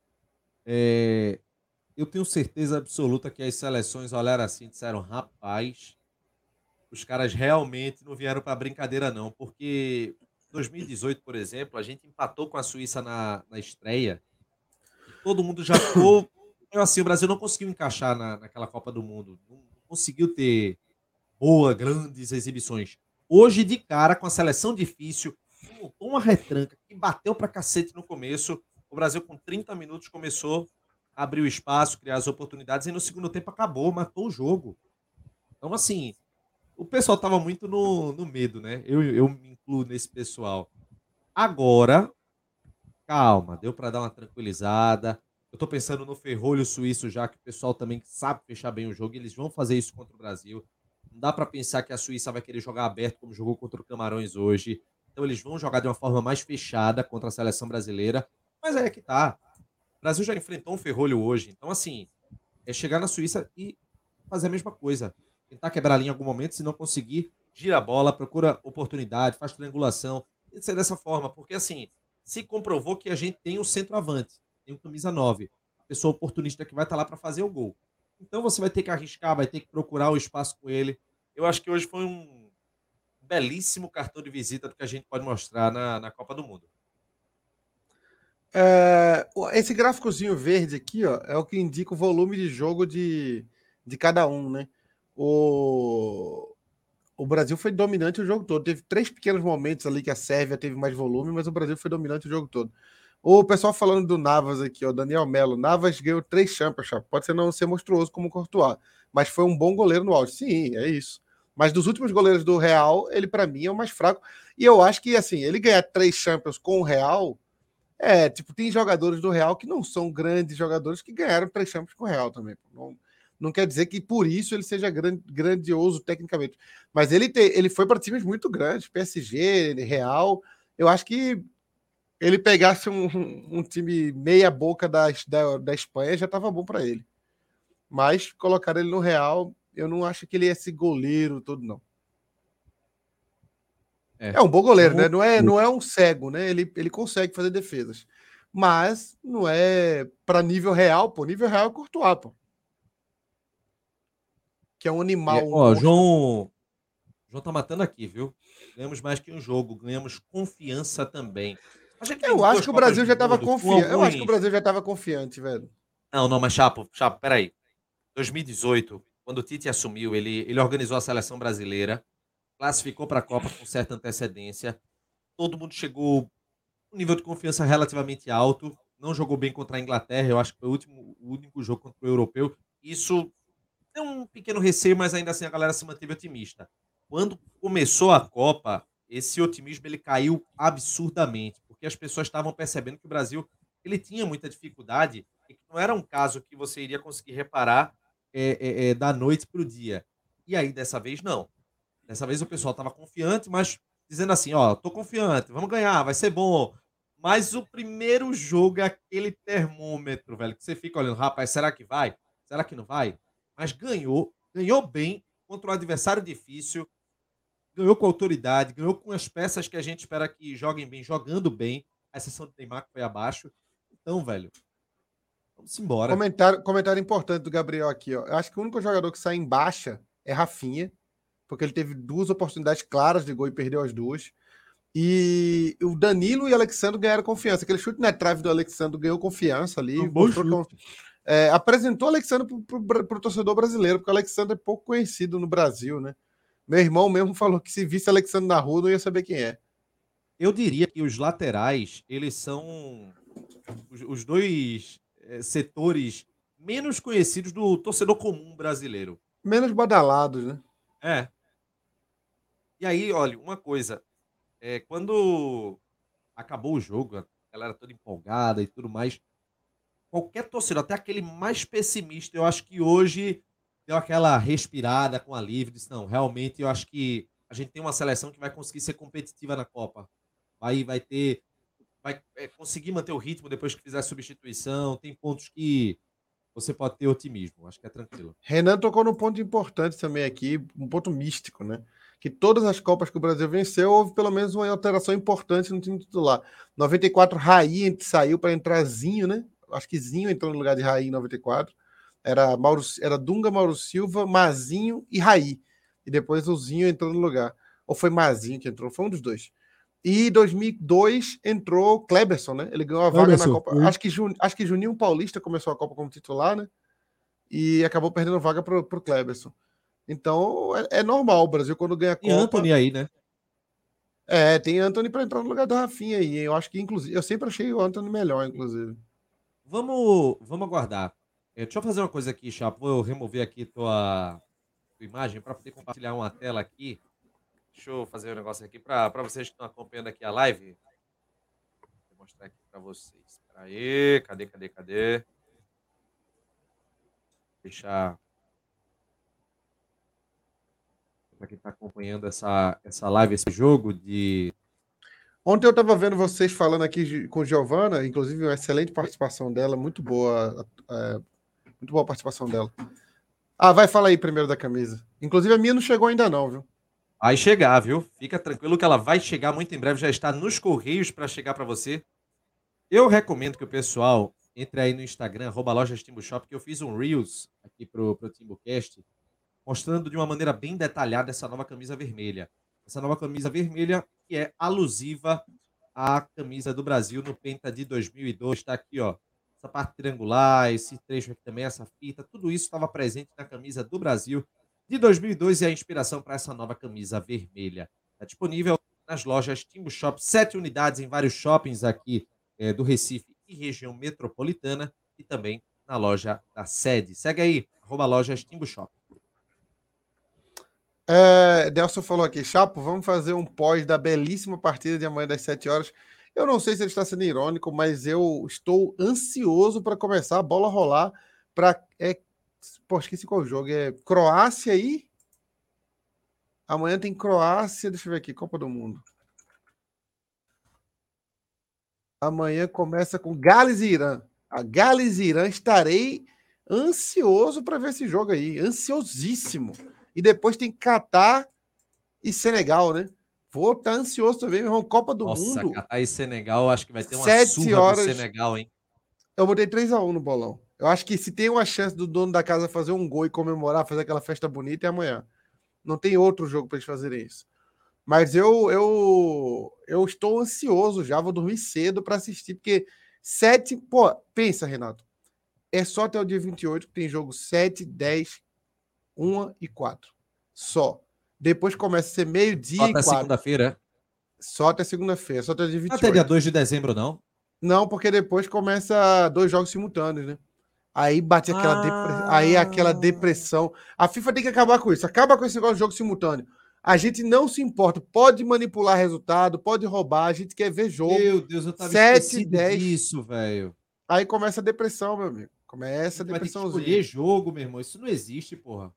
É, eu tenho certeza absoluta que as seleções olharam assim e disseram: rapaz, os caras realmente não vieram para brincadeira, não. Porque dois mil e dezoito, por exemplo, a gente empatou com a Suíça na, na estreia e todo mundo já ficou. Assim, o Brasil não conseguiu encaixar na, naquela Copa do Mundo. Não, não conseguiu ter boa, grandes exibições. Hoje, de cara, com a seleção difícil, montou uma retranca que bateu pra cacete no começo. O Brasil, com trinta minutos, começou a abrir o espaço, criar as oportunidades, e no segundo tempo acabou, matou o jogo. Então, assim, o pessoal tava muito no, no medo, né? Eu, eu me incluo nesse pessoal. Agora, calma, deu para dar uma tranquilizada. Eu tô pensando no ferrolho suíço já, que o pessoal também sabe fechar bem o jogo, e eles vão fazer isso contra o Brasil. Não dá para pensar que a Suíça vai querer jogar aberto como jogou contra o Camarões hoje. Então eles vão jogar de uma forma mais fechada contra a seleção brasileira. Mas é que tá. O Brasil já enfrentou um ferrolho hoje. Então, assim, é chegar na Suíça e fazer a mesma coisa. Tentar quebrar a linha em algum momento, se não conseguir, gira a bola, procura oportunidade, faz triangulação. Tem que ser dessa forma, porque assim, se comprovou que a gente tem um centroavante, tem um camisa nove, a pessoa oportunista que vai estar lá para fazer o gol. Então você vai ter que arriscar, vai ter que procurar o espaço com ele. Eu acho que hoje foi um belíssimo cartão de visita do que a gente pode mostrar na, na Copa do Mundo. É, esse gráficozinho verde aqui, ó, é o que indica o volume de jogo de, de cada um, né? O, o Brasil foi dominante o jogo todo. Teve três pequenos momentos ali que a Sérvia teve mais volume, mas o Brasil foi dominante o jogo todo. O pessoal falando do Navas aqui, ó, Daniel Melo. Navas ganhou três Champions, pode ser não ser monstruoso como o Courtois, mas foi um bom goleiro no auge. Sim, é isso. Mas dos últimos goleiros do Real, ele para mim é o mais fraco. E eu acho que assim, ele ganhar três Champions com o Real, é, tipo, tem jogadores do Real que não são grandes jogadores que ganharam três Champions com o Real também. Não, não quer dizer que por isso ele seja gran, grandioso tecnicamente. Mas ele, te, ele foi para times muito grandes, P S G, Real. Eu acho que ele pegasse um, um time meia boca da, da, da Espanha já estava bom para ele. Mas colocar ele no Real, eu não acho que ele é esse goleiro todo, não. É, é um bom goleiro, vamos... né? Não é, não é um cego, né? Ele, ele consegue fazer defesas. Mas não é para nível real, pô. Nível real é Courtois, pô. Que é um animal, É, um ó, monstro. João, João tá matando aqui, viu? Ganhamos mais que um jogo, ganhamos confiança também. A gente vem Eu de acho duas que o Copas Brasil do já estava Mundo com confiante. Eu acho que o alguns. Brasil já estava confiante, velho. Não, não, mas Chapo, Chapo, peraí. dois mil e dezoito, quando o Tite assumiu, ele, ele organizou a seleção brasileira, classificou para a Copa com certa antecedência. Todo mundo chegou um nível de confiança relativamente alto. Não jogou bem contra a Inglaterra, eu acho que foi o, último, o único jogo contra o europeu. Isso tem um pequeno receio, mas ainda assim a galera se manteve otimista. Quando começou a Copa, esse otimismo ele caiu absurdamente, porque as pessoas estavam percebendo que o Brasil ele tinha muita dificuldade e que não era um caso que você iria conseguir reparar é, é, é, da noite para o dia. E aí, dessa vez, não. Dessa vez o pessoal tava confiante, mas dizendo assim, ó, tô confiante, vamos ganhar, vai ser bom. Mas o primeiro jogo é aquele termômetro, velho, que você fica olhando, rapaz, será que vai? Será que não vai? Mas ganhou, ganhou bem contra um adversário difícil, ganhou com autoridade, ganhou com as peças que a gente espera que joguem bem, jogando bem, a exceção do Neymar que foi abaixo. Então, velho, vamos embora. Comentário, comentário importante do Gabriel aqui, ó. Eu acho que o único jogador que sai em baixa é Rafinha, porque ele teve duas oportunidades claras de gol e perdeu as duas. E o Danilo e o Alexandre ganharam confiança. Aquele chute na trave do Alexandre ganhou confiança ali. Um Mostrou que, é, apresentou o Alexandre para o torcedor brasileiro, porque o Alexandre é pouco conhecido no Brasil, né? Meu irmão mesmo falou que se visse Alexandre na rua, não ia saber quem é. Eu diria que os laterais, eles são os, os dois é, setores menos conhecidos do torcedor comum brasileiro. Menos badalados, né? É. E aí, olha, uma coisa. É, quando acabou o jogo, a galera toda empolgada e tudo mais, qualquer torcedor, até aquele mais pessimista, eu acho que hoje deu aquela respirada com alívio, disse, não, realmente eu acho que a gente tem uma seleção que vai conseguir ser competitiva na Copa. Vai, vai ter, vai é, conseguir manter o ritmo depois que fizer a substituição, tem pontos que você pode ter otimismo, acho que é tranquilo. Renan tocou num ponto importante também aqui, um ponto místico, né? Que todas as Copas que o Brasil venceu, houve pelo menos uma alteração importante no time titular. noventa e quatro, Raí saiu para entrar Zinho, né? Acho que Zinho entrou no lugar de Raí em noventa e quatro. Era, Mauro, era Dunga, Mauro Silva, Mazinho e Raí. E depois o Zinho entrou no lugar. Ou foi Mazinho que entrou, foi um dos dois. E em dois mil e dois entrou Kleberson, né? Ele ganhou a vaga Kleberson, na Copa. Sim. Acho que, Jun, acho que Juninho Paulista começou a Copa como titular, né? E acabou perdendo vaga para o Kleberson. Então, é, é normal o Brasil quando ganha a Copa. Tem Antony aí, né? É, tem Antony para entrar no lugar do Rafinha aí. Eu acho que, inclusive, eu sempre achei o Antony melhor, inclusive. Vamos, vamos aguardar. É, deixa eu fazer uma coisa aqui, Chapo. Vou remover aqui tua, tua imagem para poder compartilhar uma tela aqui. Deixa eu fazer um negócio aqui para vocês que estão acompanhando aqui a live. Vou mostrar aqui para vocês. Espera aí, cadê, cadê, cadê? Deixar para quem está acompanhando essa, essa live, esse jogo de... Ontem eu estava vendo vocês falando aqui com Giovana, inclusive uma excelente participação dela, muito boa, é, muito boa a participação dela. Ah, vai, fala aí primeiro da camisa. Inclusive a minha não chegou ainda não, viu? Vai chegar, viu? Fica tranquilo que ela vai chegar muito em breve, já está nos correios para chegar para você. Eu recomendo que o pessoal entre aí no Instagram, arroba lojas Timbu Shop, que eu fiz um Reels aqui pro, pro TimbuCast, mostrando de uma maneira bem detalhada essa nova camisa vermelha. Essa nova camisa vermelha que é alusiva à camisa do Brasil no Penta de dois mil e dois. Está aqui, ó. Essa parte triangular, esse trecho aqui também, essa fita, tudo isso estava presente na camisa do Brasil de dois mil e dois e a inspiração para essa nova camisa vermelha. Está disponível nas lojas Timbu Shop, sete unidades em vários shoppings aqui é, do Recife e região metropolitana e também na loja da sede. Segue aí, arroba lojas Timbu Shop. É, Delson falou aqui, Chapo, vamos fazer um pós da belíssima partida de amanhã das sete horas. Eu não sei se ele está sendo irônico, mas eu estou ansioso para começar a bola rolar para... É, pô, esqueci qual jogo. É Croácia aí? Amanhã tem Croácia, deixa eu ver aqui, Copa do Mundo. Amanhã começa com Gales e Irã. A Gales e Irã, estarei ansioso para ver esse jogo aí, ansiosíssimo. E depois tem Catar e Senegal, né? Vou estar ansioso também, meu irmão. Copa do Nossa, Mundo. Nossa, Catar e Senegal, acho que vai ter uma Sete surra horas... do Senegal, hein? Eu botei três a um no bolão. Eu acho que se tem uma chance do dono da casa fazer um gol e comemorar, fazer aquela festa bonita, é amanhã. Não tem outro jogo para eles fazerem isso. Mas eu, eu, eu estou ansioso já, vou dormir cedo para assistir, porque sete... Pô, pensa, Renato. É só até o dia vinte e oito que tem jogo sete, dez, um e quatro. Só. Depois começa a ser meio-dia e quatro. Só até segunda-feira. Só até segunda-feira, só até o dia vinte e oito. Até dia dois de dezembro, não? Não, porque depois começa dois jogos simultâneos, né? Aí bate aquela, ah. depre... Aí aquela depressão. A FIFA tem que acabar com isso. Acaba com esse negócio de jogo simultâneo. A gente não se importa. Pode manipular resultado, pode roubar. A gente quer ver jogo. Meu Deus, eu tava sete, dez disso, velho. Aí começa a depressão, meu amigo. Começa a depressãozinha. Escolher jogo, meu irmão. Isso não existe, porra.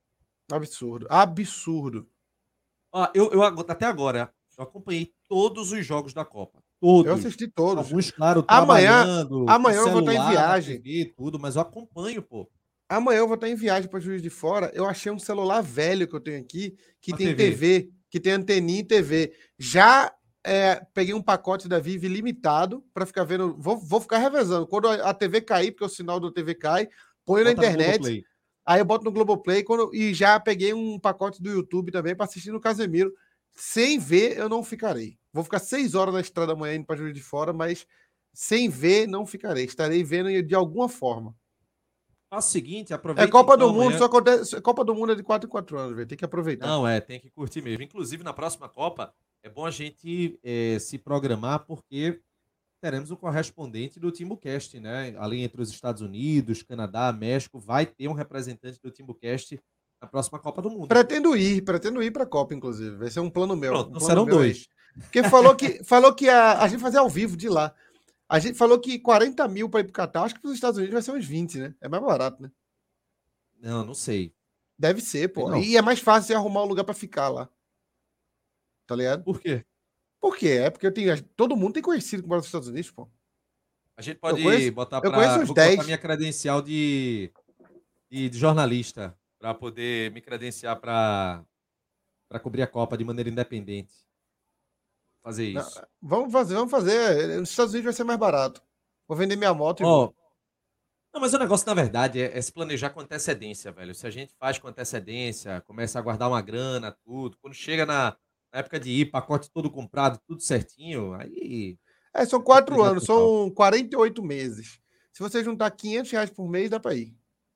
Absurdo. Absurdo. Ó, eu, eu até agora, eu acompanhei todos os jogos da Copa. Todos. Eu assisti todos. Alguns, claro, amanhã, trabalhando, amanhã celular, eu vou estar em viagem. T V, tudo, mas eu acompanho, pô. Amanhã eu vou estar em viagem para Juiz de Fora. Eu achei um celular velho que eu tenho aqui, que Uma tem T V. T V, que tem anteninha e T V. Já é, peguei um pacote da Vive limitado para ficar vendo. Vou, vou ficar revezando. Quando a T V cair, porque o sinal do T V cai, põe na internet. Aí eu boto no Globoplay quando, e já peguei um pacote do YouTube também para assistir no Casemiro. Sem ver, eu não ficarei. Vou ficar seis horas na estrada amanhã indo para Juiz de Fora, mas sem ver, não ficarei. Estarei vendo de alguma forma. Faça o seguinte, aproveita. É Copa então, do Mundo, amanhã... só acontece. Copa do Mundo é de quatro em quatro anos, velho. Tem que aproveitar. Não, é, tem que curtir mesmo. Inclusive, na próxima Copa, é bom a gente é, se programar, porque teremos um correspondente do TimbuCast, né? Ali entre os Estados Unidos, Canadá, México, vai ter um representante do TimbuCast na próxima Copa do Mundo. Pretendo ir, pretendo ir para a Copa, inclusive. Vai ser um plano meu. Pronto, um então plano serão meu dois. Aí. Porque falou que, falou que a, a gente fazia ao vivo de lá. A gente falou que quarenta mil para ir para o Catar, acho que para os Estados Unidos vai ser uns vinte, né? É mais barato, né? Não, não sei. Deve ser, pô. Não. E é mais fácil você arrumar um lugar para ficar lá. Tá ligado? Por quê? Por quê? É porque eu tenho, todo mundo tem conhecido que mora nos Estados Unidos, pô. A gente pode conheço, botar para. Eu conheço uns vou dez. botar minha credencial de, de, de jornalista para poder me credenciar para cobrir a Copa de maneira independente. Fazer isso. Não, vamos fazer, vamos fazer. Nos Estados Unidos vai ser mais barato. Vou vender minha moto e oh, vou. Não, mas o negócio, na verdade, é, é se planejar com antecedência, velho. Se a gente faz com antecedência, começa a guardar uma grana, tudo. Quando chega na, na época de ir, pacote todo comprado, tudo certinho, aí... É, são quatro anos, são quarenta e oito meses. Se você juntar quinhentos reais por mês, dá para ir.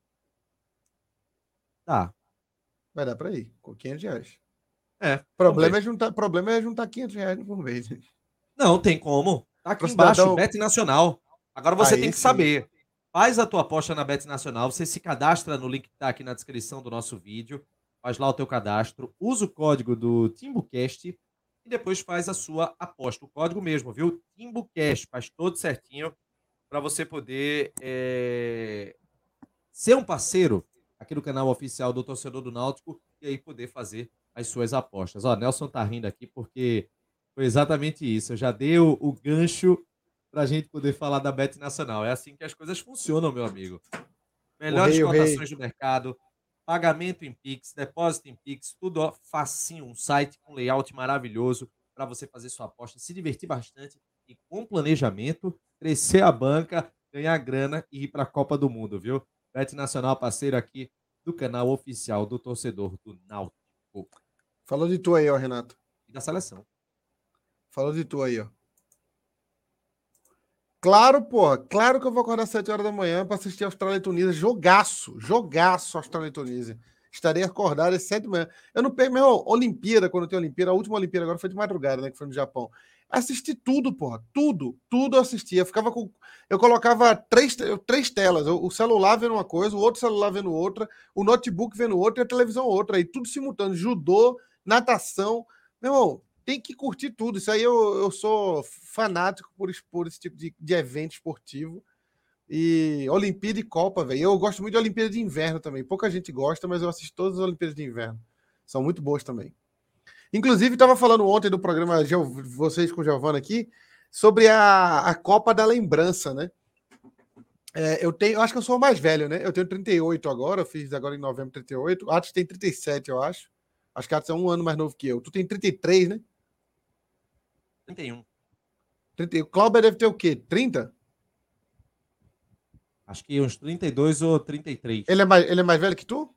Tá. Vai dar para ir, com quinhentos reais. É. Problema é, juntar, problema é juntar quinhentos reais por mês. Não, tem como. Tá aqui embaixo, cidadão... Bet Nacional. Agora você aí, tem que sim. saber. Faz a tua aposta na Bet Nacional, você se cadastra no link que tá aqui na descrição do nosso vídeo, faz lá o teu cadastro, usa o código do TimbuCast e depois faz a sua aposta. O código mesmo, viu? TimbuCast, faz todo certinho para você poder é... ser um parceiro aqui do canal oficial do Torcedor do Náutico e aí poder fazer as suas apostas. Ó, Nelson tá rindo aqui porque foi exatamente isso. Eu já dei o, o gancho para a gente poder falar da Bet Nacional. É assim que as coisas funcionam, meu amigo. Melhores rei, cotações do mercado, pagamento em Pix, depósito em Pix, tudo ó, facinho, um site com layout maravilhoso para você fazer sua aposta, se divertir bastante e com planejamento, crescer a banca, ganhar grana e ir para a Copa do Mundo, viu? Bet Nacional, parceiro aqui do canal oficial do Torcedor do Náutico. Falou de tu aí, ó, Renato. E da seleção. Falou de tu aí, ó. Claro, pô. Claro que eu vou acordar às sete horas da manhã para assistir a Austrália e Tunísia. Jogaço. Jogaço Austrália e Tunísia. Estarei acordado às sete da manhã. Eu não pego mesmo Olimpíada, quando tem Olimpíada. A última Olimpíada agora foi de madrugada, né? Que foi no Japão. Assisti tudo, porra. Tudo. Tudo eu assistia. Eu ficava com... Eu colocava três, três telas. O celular vendo uma coisa, o outro celular vendo outra, o notebook vendo outra e a televisão outra. Aí tudo simultâneo. Judô, natação. Meu irmão, tem que curtir tudo. Isso aí eu, eu sou fanático por, por esse tipo de, de evento esportivo. E Olimpíada e Copa, velho. Eu gosto muito de Olimpíada de Inverno também. Pouca gente gosta, mas eu assisto todas as Olimpíadas de Inverno. São muito boas também. Inclusive, estava falando ontem do programa Vocês com o Giovana aqui sobre a, a Copa da Lembrança, né? É, eu tenho, eu acho que eu sou o mais velho, né? Eu tenho trinta e oito agora, eu fiz agora em novembro trinta e oito. Atos tem trinta e sete, eu acho. Acho que Atos é um ano mais novo que eu. Tu tem trinta e três, né? trinta e um. trinta, o Cláudio deve ter o quê? trinta? Acho que uns trinta e dois ou trinta e três. Ele é mais, ele é mais velho que tu?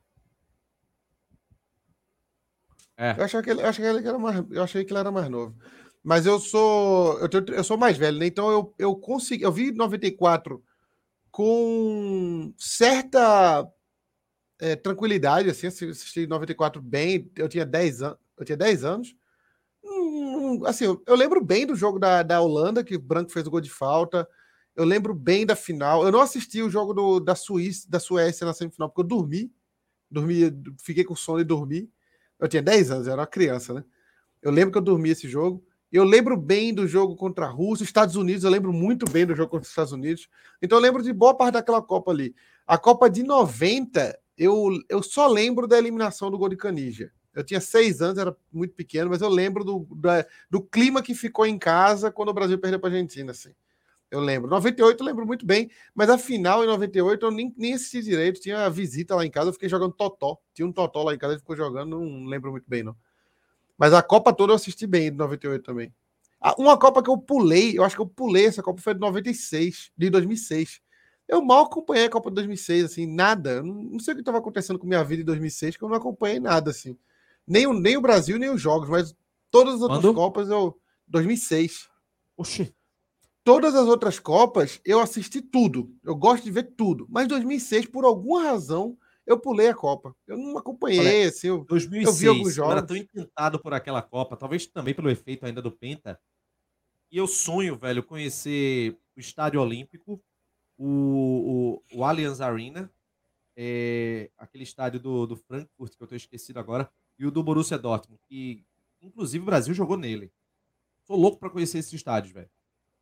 É. Eu achei que ele, eu achei que ele era mais, eu achei que ele era mais novo. Mas eu sou, eu, tenho, eu sou mais velho, né? Então eu, eu consegui, eu vi noventa e quatro com certa é, tranquilidade, assim, assisti noventa e quatro bem. Eu tinha dez anos, eu tinha dez anos. Hum, assim, eu, eu lembro bem do jogo da, da Holanda, que o Branco fez o gol de falta. Eu lembro bem da final. Eu não assisti o jogo do, da Suíça, da Suécia na semifinal, porque eu dormi. Dormi, fiquei com sono e dormi. Eu tinha dez anos, eu era uma criança, né? Eu lembro que eu dormi esse jogo. Eu lembro bem do jogo contra a Rússia, Estados Unidos, eu lembro muito bem do jogo contra os Estados Unidos. Então eu lembro de boa parte daquela Copa ali. A Copa de noventa, eu, eu só lembro da eliminação do gol de Canija. Eu tinha seis anos, era muito pequeno, mas eu lembro do, da, do clima que ficou em casa quando o Brasil perdeu para a Argentina, assim. Eu lembro. noventa e oito eu lembro muito bem, mas a final em noventa e oito eu nem, nem assisti direito. Tinha a visita lá em casa, eu fiquei jogando totó. Tinha um totó lá em casa, ele ficou jogando, não lembro muito bem, não. Mas a Copa toda eu assisti bem, de noventa e oito também. Uma Copa que eu pulei, eu acho que eu pulei essa Copa, foi de noventa e seis, de dois mil e seis. Eu mal acompanhei a Copa de dois mil e seis, assim, nada. Eu não sei o que estava acontecendo com minha vida em dois mil e seis, que eu não acompanhei nada, assim. Nem o, nem o Brasil, nem os jogos, mas todas as outras Quando? Copas eu... dois mil e seis. Oxi. Todas as outras Copas, eu assisti tudo. Eu gosto de ver tudo. Mas dois mil e seis, por alguma razão, eu pulei a Copa. Eu não acompanhei, Olha, assim. Eu, dois mil e seis, eu vi alguns jogos. Eu era tão encantado por aquela Copa, talvez também pelo efeito ainda do Penta. E eu sonho, velho, conhecer o Estádio Olímpico, o, o, o Allianz Arena, é, aquele estádio do, do Frankfurt, que eu tô esquecido agora, e o do Borussia Dortmund, que inclusive o Brasil jogou nele. Tô louco pra conhecer esses estádios, velho.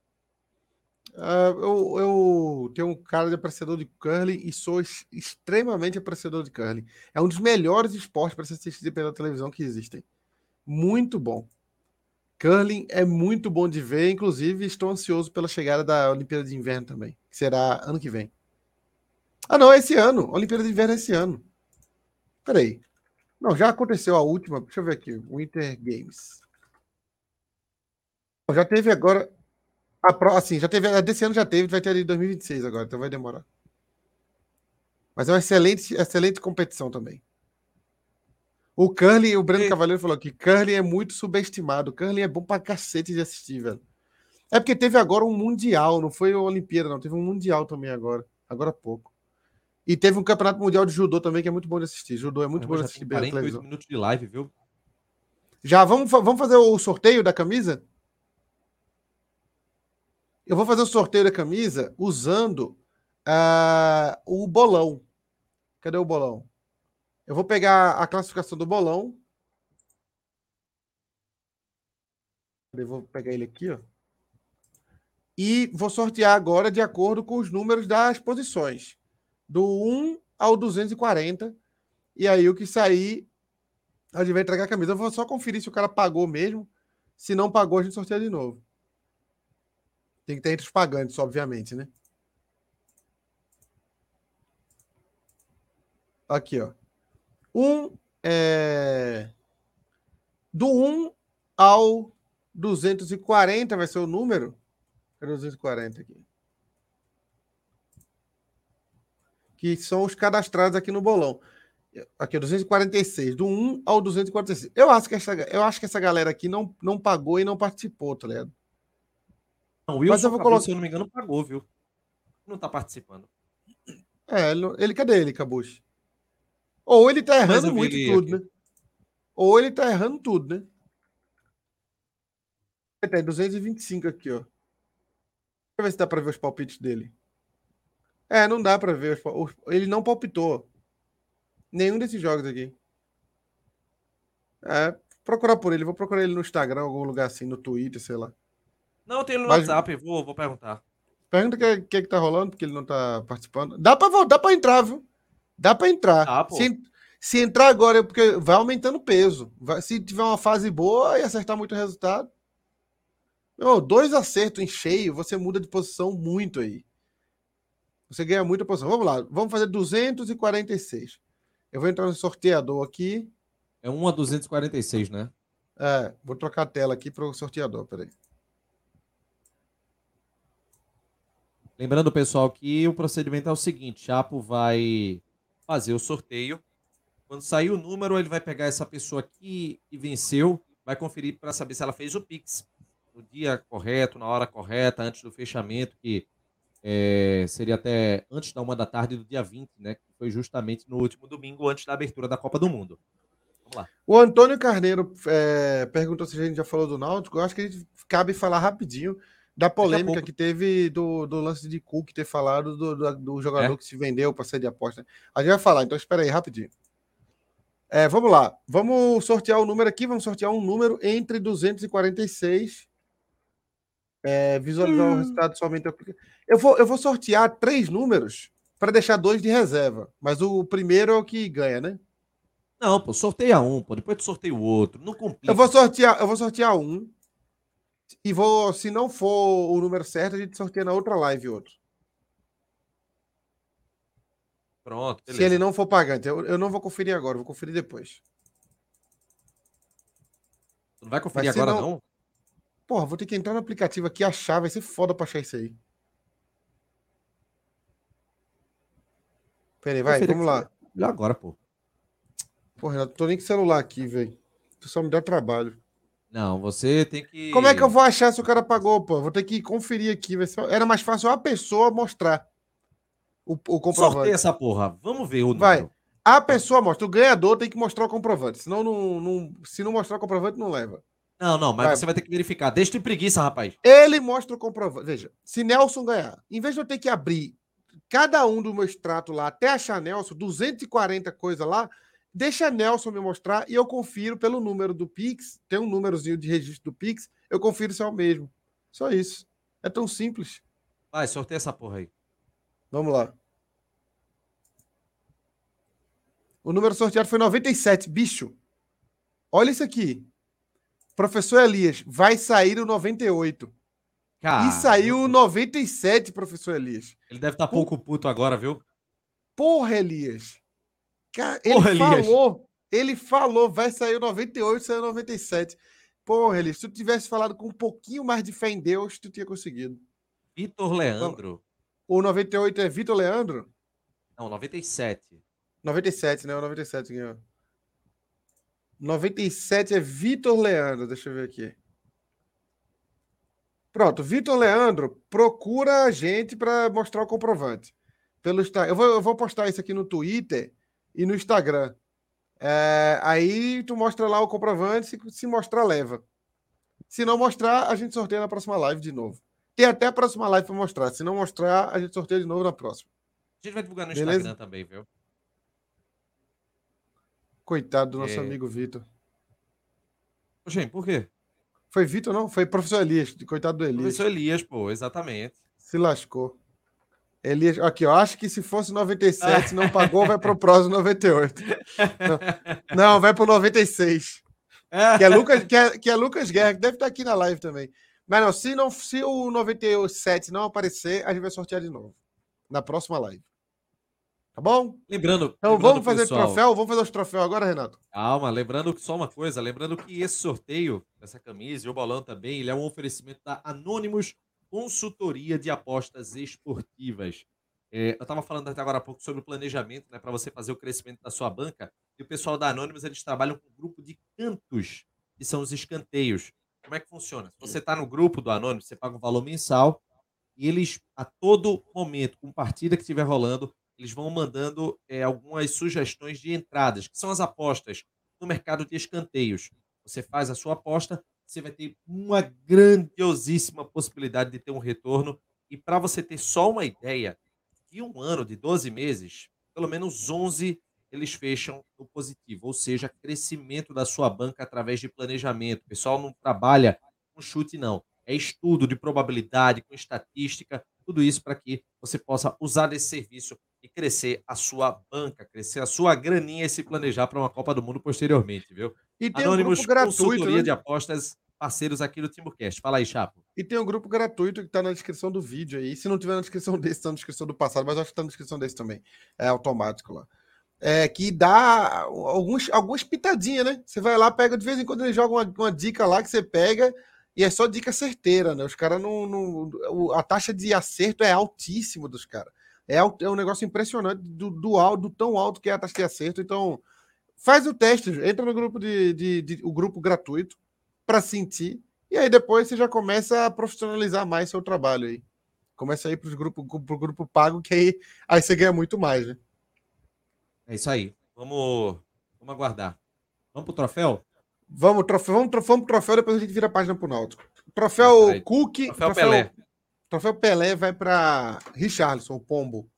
Uh, eu, eu tenho um cara de apreciador de curling e sou extremamente apreciador de curling. É um dos melhores esportes para se assistir pela televisão que existem. Muito bom. Curling é muito bom de ver, inclusive estou ansioso pela chegada da Olimpíada de Inverno também, que será ano que vem. Ah, não, é esse ano. Olimpíada de Inverno é esse ano. Peraí. Não, já aconteceu a última. Deixa eu ver aqui. Winter Games. Já teve agora. A pro, assim, já teve. Desse ano já teve, vai ter de dois mil e vinte e seis agora, então vai demorar. Mas é uma excelente, excelente competição também. O curling, o Breno e... Cavaleiro falou que curling é muito subestimado. Curling é bom pra cacete de assistir, velho. É porque teve agora um Mundial, não foi a Olimpíada, não. Teve um Mundial também agora. Agora há pouco. E teve um Campeonato Mundial de Judô também, que é muito bom de assistir. Judô é muito Eu bom de assistir bem na televisão. Minutos de live, viu? Já, vamos, vamos fazer o sorteio da camisa? Eu vou fazer o sorteio da camisa usando uh, o bolão. Cadê o bolão? Eu vou pegar a classificação do bolão. Eu vou pegar ele aqui, ó. E vou sortear agora de acordo com os números das posições. Do um ao duzentos e quarenta. E aí o que sair, a gente vai entregar a camisa. Eu vou só conferir se o cara pagou mesmo. Se não pagou, a gente sorteia de novo. Tem que ter entre os pagantes, obviamente, né? Aqui, ó. Um, é... Do um ao duzentos e quarenta vai ser o número. Cadê duzentos e quarenta aqui? Que são os cadastrados aqui no bolão. Aqui, duzentos e quarenta e seis. Do um ao duzentos e quarenta e seis. Eu acho que essa, eu acho que essa galera aqui não, não pagou e não participou, tá ligado? Não, o Wilson, Mas eu vou colocar... se eu não me engano, pagou, viu? Não tá participando. É, ele, ele cadê ele, Cabucho? Ou ele tá errando muito tudo, aqui. né? Ou ele tá errando tudo, né? Tem duzentos e vinte e cinco aqui, ó. Deixa eu ver se dá pra ver os palpites dele. É, não dá pra ver. Os... Ele não palpitou. Nenhum desses jogos aqui. É, procurar por ele. Vou procurar ele no Instagram, algum lugar assim, no Twitter, sei lá. Não, tem ele no Mas... WhatsApp. Vou, vou perguntar. Pergunta o que, que, que tá rolando, porque ele não tá participando. Dá pra, dá pra entrar, viu? Dá pra entrar. Ah, pô. Se, se entrar agora, é porque vai aumentando o peso. Vai, se tiver uma fase boa e acertar muito o resultado. Meu, dois acertos em cheio, você muda de posição muito aí. Você ganha muita posição. Vamos lá, vamos fazer duzentos e quarenta e seis. Eu vou entrar no sorteador aqui. É um a duzentos e quarenta e seis, né? É, vou trocar a tela aqui para o sorteador, peraí. Lembrando, pessoal, que o procedimento é o seguinte: Chapo vai fazer o sorteio. Quando sair o número, ele vai pegar essa pessoa que, que venceu, vai conferir para saber se ela fez o Pix no dia correto, na hora correta, antes do fechamento, que é, seria até antes da uma da tarde do dia vinte, né? Que foi justamente no último domingo, antes da abertura da Copa do Mundo. Vamos lá. O Antônio Carneiro é, perguntou se a gente já falou do Náutico. Eu acho que a gente cabe falar rapidinho da polêmica que teve do, do lance de Cook ter falado do, do, do jogador é? que se vendeu para ser de aposta. A gente vai falar, então espera aí, rapidinho. É, vamos lá. Vamos sortear o número aqui. Vamos sortear um número entre duzentos e quarenta e seis. É, visualizar hum. o resultado somente. Eu vou, eu vou sortear três números para deixar dois de reserva. Mas o primeiro é o que ganha, né? Não, pô, sorteia um, pô, depois tu sorteia o outro. Não complica. Eu vou sortear, eu vou sortear um. E vou, se não for o número certo, a gente sorteia na outra live outro. Pronto, beleza. Se ele não for pagante, eu, eu não vou conferir agora, vou conferir depois. Tu não vai conferir agora, não... não? Porra, vou ter que entrar no aplicativo aqui e achar, vai ser foda pra achar isso aí. Peraí, vai, vamos lá. Melhor agora, pô. Porra, eu não tô nem com celular aqui, velho. Tu só me dá trabalho. Não, você tem que... Como é que eu vou achar se o cara pagou, pô? Vou ter que conferir aqui. Vai ser... Era mais fácil a pessoa mostrar o, o comprovante. Sorteia essa porra. Vamos ver o número. Vai. A pessoa mostra. O ganhador tem que mostrar o comprovante. Senão, não, não, se não mostrar o comprovante, não leva. Não, não, mas vai. você vai ter que verificar. Deixa tu em preguiça, rapaz. Ele mostra o comprovante. Veja, se Nelson ganhar, em vez de eu ter que abrir cada um do meu extrato lá até achar Nelson, duzentas e quarenta coisas lá, deixa Nelson me mostrar e eu confiro pelo número do Pix. Tem um númerozinho de registro do Pix. Eu confiro se é o mesmo. Só isso. É tão simples. Vai, sorteia essa porra aí. Vamos lá. O número sorteado foi noventa e sete. Bicho, olha isso aqui. Professor Elias, vai sair o noventa e oito. Cara, e saiu o noventa e sete, professor Elias. Ele deve estar tá pouco puto agora, viu? Porra, Elias. Cara, Porra, ele Elias. falou, ele falou, vai sair o noventa e oito, saiu o noventa e sete. Porra, Elias, se tu tivesse falado com um pouquinho mais de fé em Deus, tu tinha conseguido. Vitor Leandro. O noventa e oito é Vitor Leandro? Não, noventa e sete. noventa e sete, né? O noventa e sete ganhou. noventa e sete é Vitor Leandro. Deixa eu ver aqui. Pronto, Vitor Leandro procura a gente para mostrar o comprovante. Pelo eu, vou, eu vou postar isso aqui no Twitter e no Instagram. É, aí tu mostra lá o comprovante, se, se mostrar, leva. Se não mostrar, a gente sorteia na próxima live de novo. Tem até a próxima live para mostrar. Se não mostrar, a gente sorteia de novo na próxima. A gente vai divulgar no Beleza? Instagram também, viu? Coitado do nosso é... amigo Vitor. Gente, por quê? Foi Vitor, não? Foi professor Elias. Coitado do Elias. Professor Elias, pô, exatamente. Se lascou. Elias, aqui, ó. Acho que se fosse noventa e sete, não pagou, vai pro próximo noventa e oito. Não, não vai pro noventa e seis. Que é Lucas, que é, que é Lucas Guerra, que deve estar aqui na live também. Mas não, se, não, se o noventa e sete não aparecer, a gente vai sortear de novo. Na próxima live. Tá bom? Lembrando. Então lembrando, vamos fazer pessoal, troféu? Vamos fazer os troféus agora, Renato? Calma, lembrando só uma coisa, lembrando que esse sorteio dessa camisa e o bolão também, ele é um oferecimento da Anonymous Consultoria de Apostas Esportivas. É, eu estava falando até agora há pouco sobre o planejamento, né, para você fazer o crescimento da sua banca, e o pessoal da Anonymous, eles trabalham com um grupo de cantos, que são os escanteios. Como é que funciona? Se você está no grupo do Anonymous, você paga um valor mensal, e eles, a todo momento, com partida que estiver rolando, eles vão mandando é, algumas sugestões de entradas, que são as apostas no mercado de escanteios. Você faz a sua aposta, você vai ter uma grandiosíssima possibilidade de ter um retorno. E para você ter só uma ideia, de um ano, de doze meses, pelo menos onze eles fecham no positivo, ou seja, crescimento da sua banca através de planejamento. O pessoal não trabalha com chute, não. É estudo de probabilidade, com estatística, tudo isso para que você possa usar desse serviço e crescer a sua banca, crescer a sua graninha e se planejar para uma Copa do Mundo posteriormente, viu? E tem Anonymous um grupo gratuito, Consultoria né? de Apostas, parceiros aqui do TimbuCast. Fala aí, Chapo. E tem um grupo gratuito que está na descrição do vídeo aí. Se não tiver na descrição desse, está na descrição do passado, mas acho que está na descrição desse também. É automático lá. É, que dá alguns, algumas pitadinhas, né? Você vai lá, pega, de vez em quando ele joga uma, uma dica lá que você pega e é só dica certeira, né? Os caras não, não. A taxa de acerto é altíssima dos caras. É, é um negócio impressionante do, do, alto, do tão alto que é a taxa de acerto. Então, faz o teste, entra no grupo de, de, de o grupo gratuito para sentir. E aí depois você já começa a profissionalizar mais seu trabalho aí. Começa a ir para o grupo, pro grupo pago, que aí, aí você ganha muito mais, né? É isso aí. Vamos, vamos aguardar. Vamos pro troféu? Vamos, troféu, vamos, troféu, vamos pro troféu, depois a gente vira a página pro Náutico. Troféu é, Cook. Troféu, troféu Pelé. Troféu Pelé vai para Richarlison, o Pombo.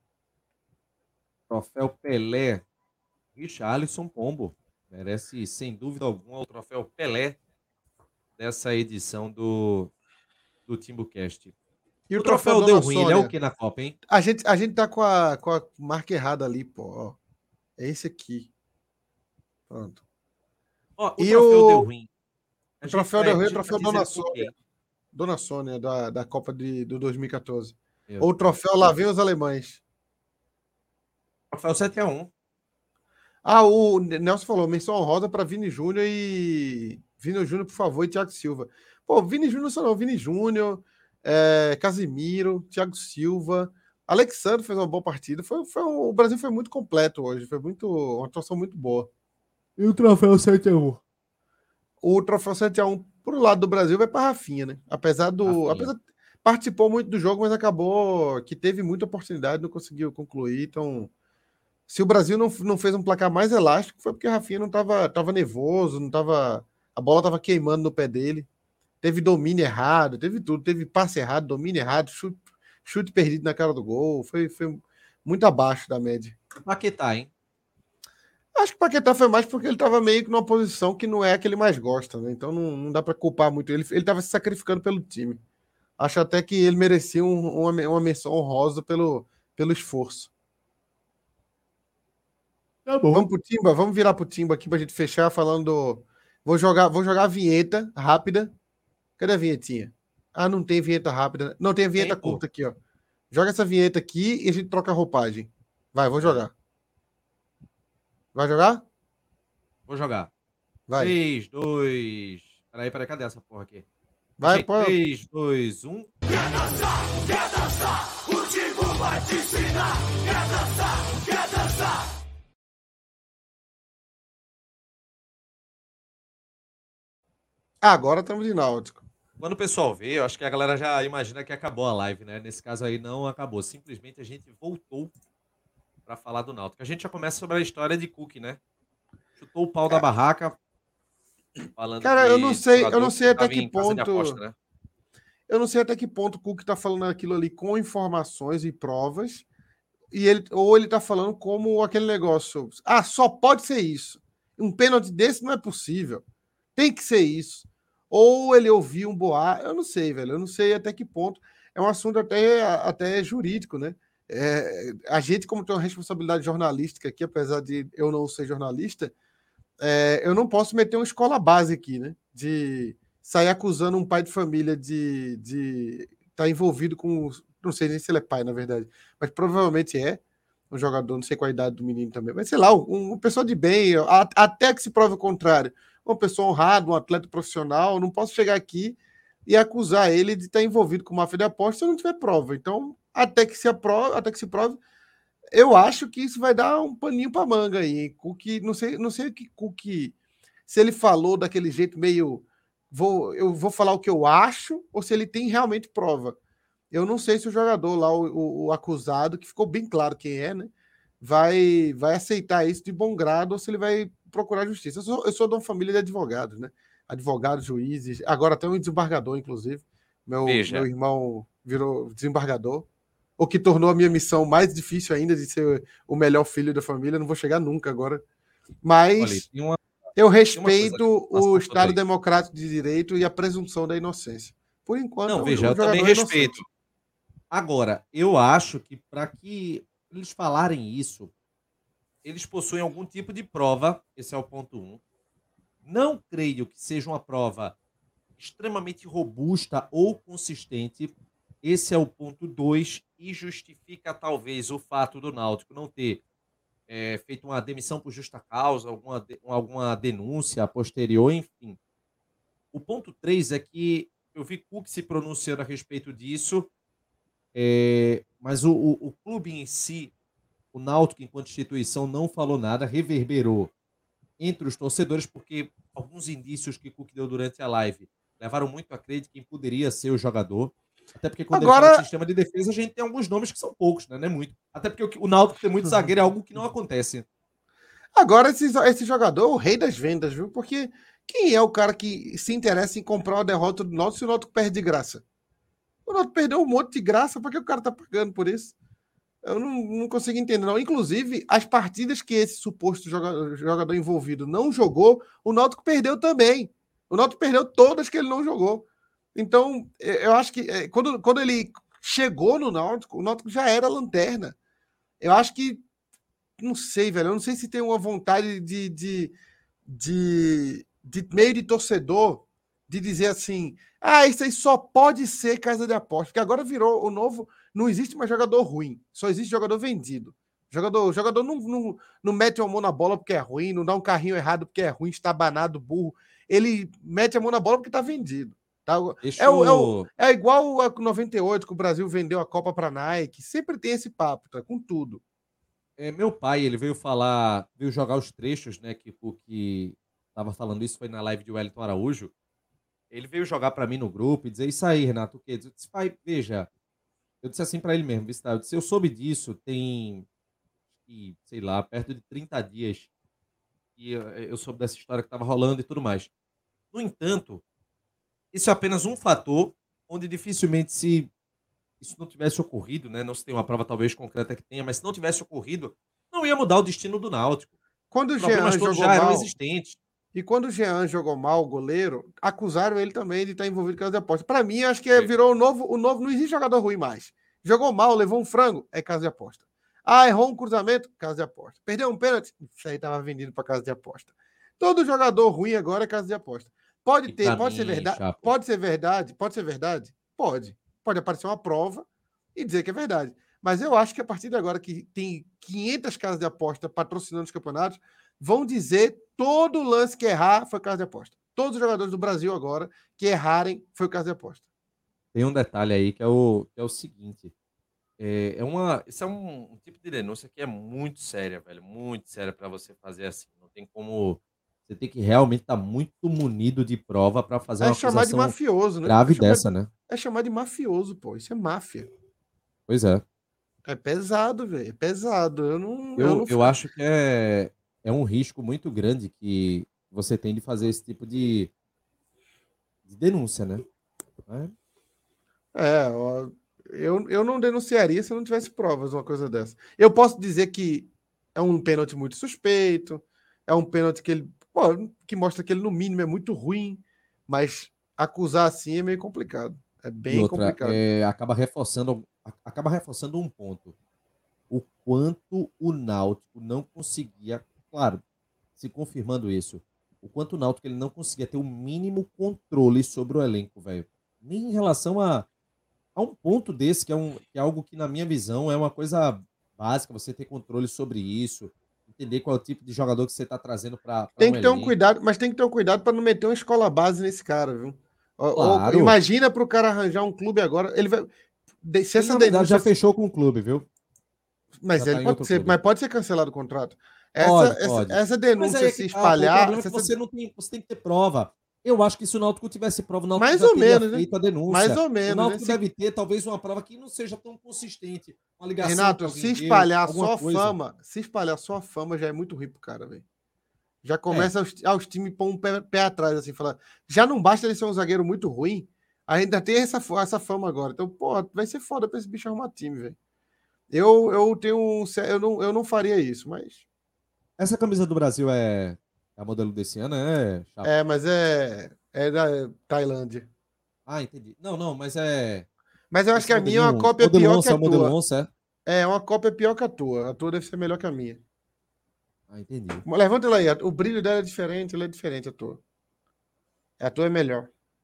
Troféu Pelé. Richarlison Pombo. Merece, sem dúvida alguma, o troféu Pelé dessa edição do, do TimbuCast. E o, o troféu, troféu deu ruim, Sônia, ele é o que na Copa, hein? A gente, a gente tá com a, com a marca errada ali, pô. Ó. É esse aqui. Pronto. Ó, o e troféu o... deu ruim. A o troféu deu ruim, o troféu Dona Sônia. Dona Sônia, da, da Copa de, do dois mil e catorze. Meu Ou o troféu Deus. Lá vem os alemães. Troféu sete a um. Ah, o Nelson falou, menção honrosa para Vini Júnior e... Vini Júnior, por favor, e Thiago Silva. Pô, Vini Júnior só não. Vini Júnior, é, Casimiro, Thiago Silva, Alexandre fez uma boa partida. Foi, foi um... O Brasil foi muito completo hoje. Foi muito... uma atuação muito boa. E o troféu sete a um? O troféu sete a um pro lado do Brasil vai para Rafinha, né? Apesar do... Rafinha. Apesar... Participou muito do jogo, mas acabou que teve muita oportunidade, não conseguiu concluir, então... Se o Brasil não, não fez um placar mais elástico, foi porque o Rafinha não estava tava nervoso, não tava, a bola estava queimando no pé dele. Teve domínio errado, teve tudo. Teve passe errado, domínio errado, chute, chute perdido na cara do gol. Foi, foi muito abaixo da média. Paquetá, hein? Acho que o Paquetá foi mais porque ele estava meio que numa posição que não é a que ele mais gosta, né? Então não, não dá para culpar muito ele. Ele estava se sacrificando pelo time. Acho até que ele merecia um, uma, uma menção honrosa pelo, pelo esforço. Tá bom. Vamos pro Timba, vamos virar pro Timba aqui pra gente fechar falando. Vou jogar, vou jogar a vinheta rápida. Cadê a vinhetinha? Ah, não tem vinheta rápida. Não, tem a vinheta tem, curta aqui, ó. Joga essa vinheta aqui e a gente troca a roupagem. Vai, vou jogar. Vai jogar? Vou jogar. Vai. três, dois. Peraí, peraí, cadê essa porra aqui? Vai, pô. três, dois, um. Quer dançar, quer dançar, o Timbu vai te ensinar. Quer dançar, quer dançar. Agora estamos de Náutico. Quando o pessoal vê, eu acho que a galera já imagina que acabou a live, né? Nesse caso aí não acabou. Simplesmente a gente voltou para falar do Náutico. A gente já começa sobre a história de Cook, né? Chutou o pau da barraca. Falando Cara, eu não sei, eu não sei até que ponto. Aposta, né? Eu não sei até que ponto o Cook tá falando aquilo ali com informações e provas. E ele, ou ele tá falando como aquele negócio. Ah, só pode ser isso. Um pênalti desse não é possível. Tem que ser isso. Ou ele ouviu um boato, eu não sei, velho, eu não sei até que ponto. É um assunto até, até jurídico, né? É, a gente, como tem uma responsabilidade jornalística aqui, apesar de eu não ser jornalista, é, eu não posso meter uma escola base aqui, né? De sair acusando um pai de família de estar de tá envolvido com... Não sei nem se ele é pai, na verdade, mas provavelmente é um jogador, não sei qual a idade do menino também, mas sei lá, um, uma pessoa de bem, até que se prove o contrário. Uma pessoa honrada, um atleta profissional, não posso chegar aqui e acusar ele de estar envolvido com máfia de aposta se eu não tiver prova. Então, até que se aprove, até que se prove, eu acho que isso vai dar um paninho para manga aí. Cook, não sei, não sei o que Cook, se ele falou daquele jeito meio, vou, eu vou falar o que eu acho, ou se ele tem realmente prova. Eu não sei se o jogador lá, o, o, o acusado, que ficou bem claro quem é, né, vai, vai aceitar isso de bom grado ou se ele vai procurar justiça. Eu sou, eu sou de uma família de advogados, né? Advogados, juízes, agora até um desembargador, inclusive. Meu, meu irmão virou desembargador, o que tornou a minha missão mais difícil ainda de ser o melhor filho da família. Não vou chegar nunca agora. Mas Olha, uma, eu respeito o Estado Democrático de Direito e a presunção da inocência. Por enquanto, não, veja, eu também respeito. Agora, eu acho que para que eles falarem isso, eles possuem algum tipo de prova, esse é o ponto um. Não creio que seja uma prova extremamente robusta ou consistente, esse é o ponto dois, e justifica talvez o fato do Náutico não ter é, feito uma demissão por justa causa, alguma, alguma denúncia posterior, enfim. O ponto três é que eu vi Cook se pronunciando a respeito disso, é, mas o, o, o clube em si, o Náutico, enquanto instituição, não falou nada, reverberou entre os torcedores, porque alguns indícios que Cook deu durante a live levaram muito a crer de quem poderia ser o jogador. Até porque quando Agora... ele fala de sistema de defesa, a gente tem alguns nomes que são poucos, né? Não é muito. Até porque o Náutico tem muito zagueiro, é algo que não acontece. Agora, esse, esse jogador é o rei das vendas, viu? Porque quem é o cara que se interessa em comprar uma derrota do Náutico se o Náutico perde de graça? O Náutico perdeu um monte de graça, por que o cara tá pagando por isso? Eu não, não consigo entender, não. Inclusive, as partidas que esse suposto jogador, jogador envolvido não jogou, o Náutico perdeu também. O Náutico perdeu todas que ele não jogou. Então, eu acho que quando, quando ele chegou no Náutico, o Náutico já era lanterna. Eu acho que, não sei, velho, eu não sei se tem uma vontade de, de, de, de meio de torcedor de dizer assim, ah, isso aí só pode ser casa de aposta, porque agora virou o novo, não existe mais jogador ruim, só existe jogador vendido. Jogador, jogador não, não, não mete a mão na bola porque é ruim, não dá um carrinho errado porque é ruim, estabanado, burro. Ele mete a mão na bola porque tá vendido. Tá? Deixa É, o, é, eu- o, é igual a noventa e oito, que o Brasil vendeu a Copa pra Nike. Sempre tem esse papo, tá? Com tudo. é, meu pai, ele veio falar, veio jogar os trechos, né, que o que tava falando isso foi na live de Wellington Araújo. Ele veio jogar pra mim no grupo e dizer isso aí, Renato, o quê? Eu disse, pai, veja, eu disse assim pra ele mesmo, viu, tá? Eu disse, eu soube disso tem, e, sei lá, perto de trinta dias que eu, eu soube dessa história que tava rolando e tudo mais. No entanto, isso é apenas um fator onde dificilmente se isso não tivesse ocorrido, né? Não se tem uma prova talvez concreta que tenha, mas se não tivesse ocorrido, não ia mudar o destino do Náutico. Quando Os o problemas Jean todos jogou já eram mal, existentes. e quando o Jean jogou mal, o goleiro, acusaram ele também de estar envolvido com as apostas. Para mim, acho que Foi. virou o novo, o novo. Não existe jogador ruim mais. Jogou mal, levou um frango, é casa de aposta. Ah, errou um cruzamento, casa de aposta. Perdeu um pênalti, isso aí estava vendido para casa de aposta. Todo jogador ruim agora é casa de aposta. Pode E ter, pra pode ser mim, verdade, Chapo, pode ser verdade, pode ser verdade, pode. Pode aparecer uma prova e dizer que é verdade. Mas eu acho que a partir de agora que tem quinhentas casas de aposta patrocinando os campeonatos, vão dizer todo lance que errar foi casa de aposta. Todos os jogadores do Brasil agora que errarem foi casa de aposta. tem um detalhe aí que é o, que é o seguinte. É, é uma, isso é um, um tipo de denúncia que é muito séria, velho. Muito séria pra você fazer assim. Não tem como. Você tem que realmente estar muito munido de prova pra fazer É uma chamar de acusação mafioso, né? É grave chamar, dessa, né? é chamar de mafioso, pô. Isso é máfia. Pois é. É pesado, velho. É pesado. Eu não, eu Eu, não. eu acho que é, é um risco muito grande que você tem de fazer esse tipo de, de denúncia, né? É, ó, eu, eu não denunciaria se eu não tivesse provas de uma coisa dessa. Eu posso dizer que é um pênalti muito suspeito, é um pênalti que ele, pô, que mostra que ele no mínimo é muito ruim, mas acusar assim é meio complicado. É E bem outra, complicado. é, acaba reforçando, acaba reforçando um ponto. O quanto o Náutico não conseguia, claro, se confirmando isso, o quanto o Náutico ele não conseguia ter o mínimo controle sobre o elenco, velho. Nem em relação a, a um ponto desse, que é, um, que é algo que, na minha visão, é uma coisa básica, você ter controle sobre isso, entender qual é o tipo de jogador que você está trazendo para Tem um que ter um elenco. cuidado, mas tem que ter um cuidado para não meter uma escola base nesse cara, viu? Ou, ou- Claro, imagina para o cara arranjar um clube agora, ele vai se ele essa na verdade já denúncia. fechou com o clube, viu? Já Mas ele tá em pode outro ser, clube. mas pode ser cancelado o contrato. Essa, Pode, essa, pode. essa Mas aí denúncia é que se tá, pô. O espalhar. problema é Se que essa... você não tem, você tem que ter prova. Eu acho que se o Náutico tivesse prova, o Náutico Mais já ou teria menos, né? feito a Mais denúncia. ou O menos, né? Náutico Se... deve ter talvez uma prova que não seja tão consistente. Uma ligação que Renato, se alguém deu, espalhar alguma só coisa. fama, se espalhar só fama já é muito ruim pro cara, velho. Já É, começa aos, aos times pôr um pé, pé atrás, assim, falar. Já não basta ele ser um zagueiro muito ruim, ainda tem essa, essa fama agora. Então, pô, vai ser foda pra esse bicho arrumar time, velho. Eu, eu tenho um. Eu não, eu não faria isso, mas. essa camisa do Brasil é é a modelo desse ano, é, Chapa? É, mas é. É da Tailândia. Ah, entendi. Não, não, mas é Mas eu acho que esse a minha é uma modelinho, cópia modelo pior que onça, é a o modelo tua. onça, É, uma cópia pior que a tua. A tua deve ser melhor que a minha. é? Ah, entendi. Levanta ela aí. O brilho dela é diferente, ela é diferente, a tua. A tua é melhor.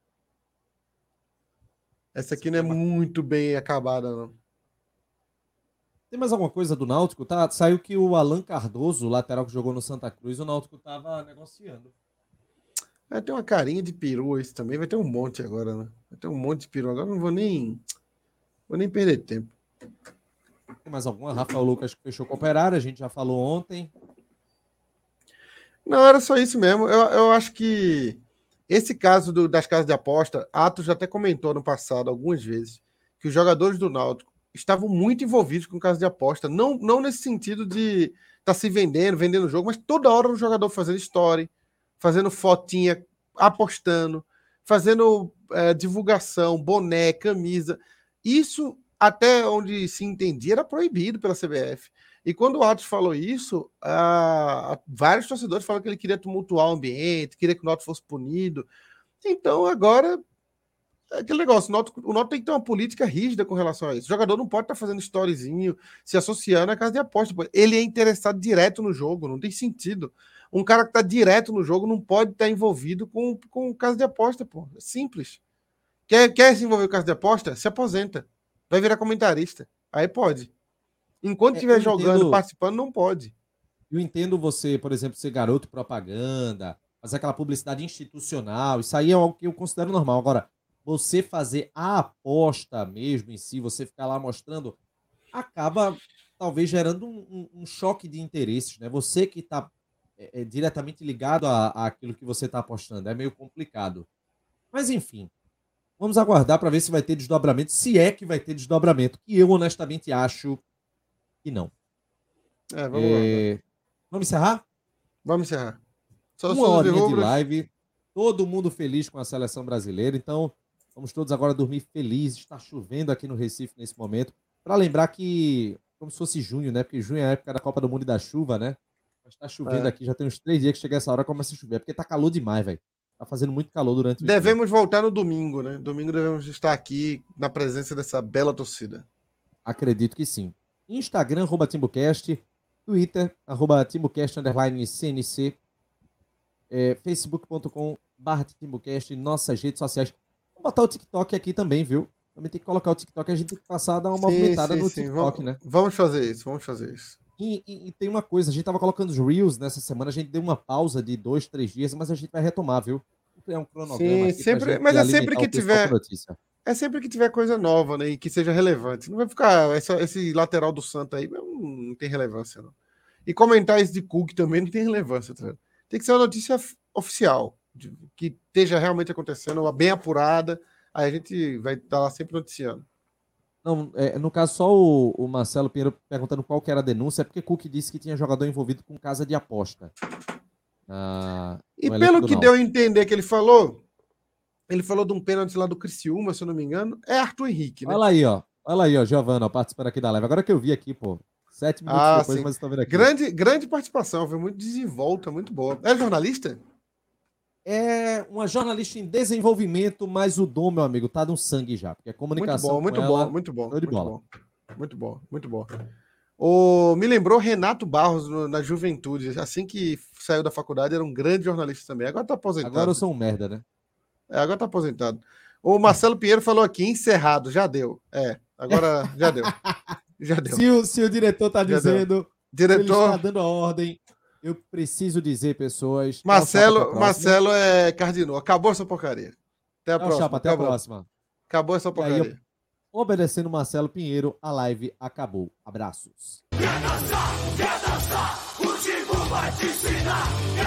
Essa Essa aqui não aqui é é ba- muito bem acabada, não. Tem mais alguma coisa do Náutico? Tá, saiu que o Alan Cardoso, o lateral que jogou no Santa Cruz, o Náutico tava negociando. Vai ter uma carinha de peru esse também. Vai ter um monte agora, né? Vai ter um monte de peru. Agora não vou nem. Vou nem perder tempo. Tem mais alguma? Rafael Lucas que fechou com o Operário, a gente já falou ontem. Não, era só isso mesmo. Eu, eu acho que esse caso do- das casas de aposta, Atos já até comentou no passado algumas vezes que os jogadores do Náutico estavam muito envolvidos com casas de aposta. Não, não nesse sentido de estar tá se vendendo, vendendo o jogo, mas toda hora o jogador fazendo story, fazendo fotinha, apostando, fazendo é, divulgação, boné, camisa. Isso, até onde se entendia, era proibido pela C B F. E quando o Atos falou isso, ah, vários torcedores falaram que ele queria tumultuar o ambiente, queria que o Náutico fosse punido. Então agora É aquele negócio, o Náutico, o Náutico tem que ter uma política rígida com relação a isso. O jogador não pode estar fazendo storyzinho, se associando à casa de aposta. Pô. Ele é interessado direto no jogo, não tem sentido. Um cara que está direto no jogo não pode estar envolvido com, com casa de aposta, pô. É simples. Quer, quer se envolver com casa de aposta? Se aposenta. Vai virar comentarista. Aí pode. Enquanto É, estiver eu jogando, entendo- participando, não pode. Eu entendo você, por exemplo, ser garoto propaganda, fazer aquela publicidade institucional, isso aí é algo que eu considero normal. Agora, você fazer a aposta mesmo em si, você ficar lá mostrando, acaba talvez gerando um, um- um choque de interesses, né? Você que está diretamente ligado a- àquilo que você está apostando, é meio complicado. Mas enfim, vamos aguardar para ver se vai ter desdobramento, se é que vai ter desdobramento, que eu honestamente acho que não. É, vamos lá. É, Vamos encerrar? Vamos encerrar. Só Uma horinha de live, todo mundo feliz com a seleção brasileira, então vamos todos agora dormir felizes. Está chovendo aqui no Recife nesse momento. Para lembrar que, como se fosse junho, né? Porque junho é a época da Copa do Mundo e da chuva, né? Mas está chovendo É. aqui, já tem uns três dias que chega essa hora e começa a chover. É porque tá calor demais, velho. Tá fazendo muito calor durante o dia. Devemos voltar no domingo, né? Domingo devemos estar aqui na presença dessa bela torcida. Acredito que sim. Instagram, arroba TimbuCast. Twitter, arroba TimbuCast, underline C N C. É, facebook ponto com barra TimbuCast. Nossas redes sociais. Vamos botar o TikTok aqui também, viu? Também tem que colocar o TikTok. A gente tem que passar a dar uma Sim, movimentada sim, no sim. TikTok, Vamos, né? vamos fazer isso, vamos fazer isso. E, e- e tem uma coisa, a gente tava colocando os Reels nessa semana, a gente deu uma pausa de dois, três dias, mas a gente vai retomar, viu? Vou criar um cronograma Sim, aqui pra sempre, gente mas é alimentar sempre que o pessoal tiver, com notícia. é sempre que tiver coisa nova, né? E que seja relevante. Não vai ficar essa- esse lateral do Santa aí, não, não tem relevância, não. E comentar isso de Cook também não tem relevância, tá vendo? Tem que ser uma notícia f- oficial, de- que esteja realmente acontecendo, bem apurada. Aí a gente vai estar lá sempre noticiando. Não, é, no caso, só o, o Marcelo Pinheiro perguntando qual que era a denúncia, é porque Cook disse que tinha jogador envolvido com casa de aposta. Ah, E no elenco pelo do que Náutico. deu a entender que ele falou, ele falou de um pênalti lá do Criciúma, se eu não me engano, é Arthur Henrique, né? Olha aí, ó. Olha aí, ó, Giovana, ó, participando aqui da live. Agora que eu vi aqui, pô. Sete minutos Ah, depois, sim. mas estou vendo aqui. Grande, grande participação, foi muito desenvolta, muito boa. É jornalista? É uma jornalista em desenvolvimento, mas o dom, meu amigo, tá no sangue já. Porque a Muito comunicação bom, muito com ela, bom, muito bom. show de Muito bola. bom. Muito bom, muito bom. O, me lembrou Renato Barros no- na juventude. Assim que saiu da faculdade, era um grande jornalista também. Agora tá aposentado. Agora eu sou um merda, né? É, agora tá aposentado. O Marcelo Pinheiro falou aqui, encerrado, já deu. É, agora já deu. Já deu. Se o, se o diretor tá Já deu. dizendo, ele Diretor, está dando a ordem, eu preciso dizer, pessoas... tchau, chapa, até a Marcelo, próxima. Marcelo é Cardinô. Acabou essa porcaria. Até a Tchau, próxima. chapa, até a Acabou. próxima. Acabou essa E aí, eu- porcaria. Obedecendo Marcelo Pinheiro, a live acabou. Abraços. Quer dançar, quer dançar, o Timbu vai te ensinar.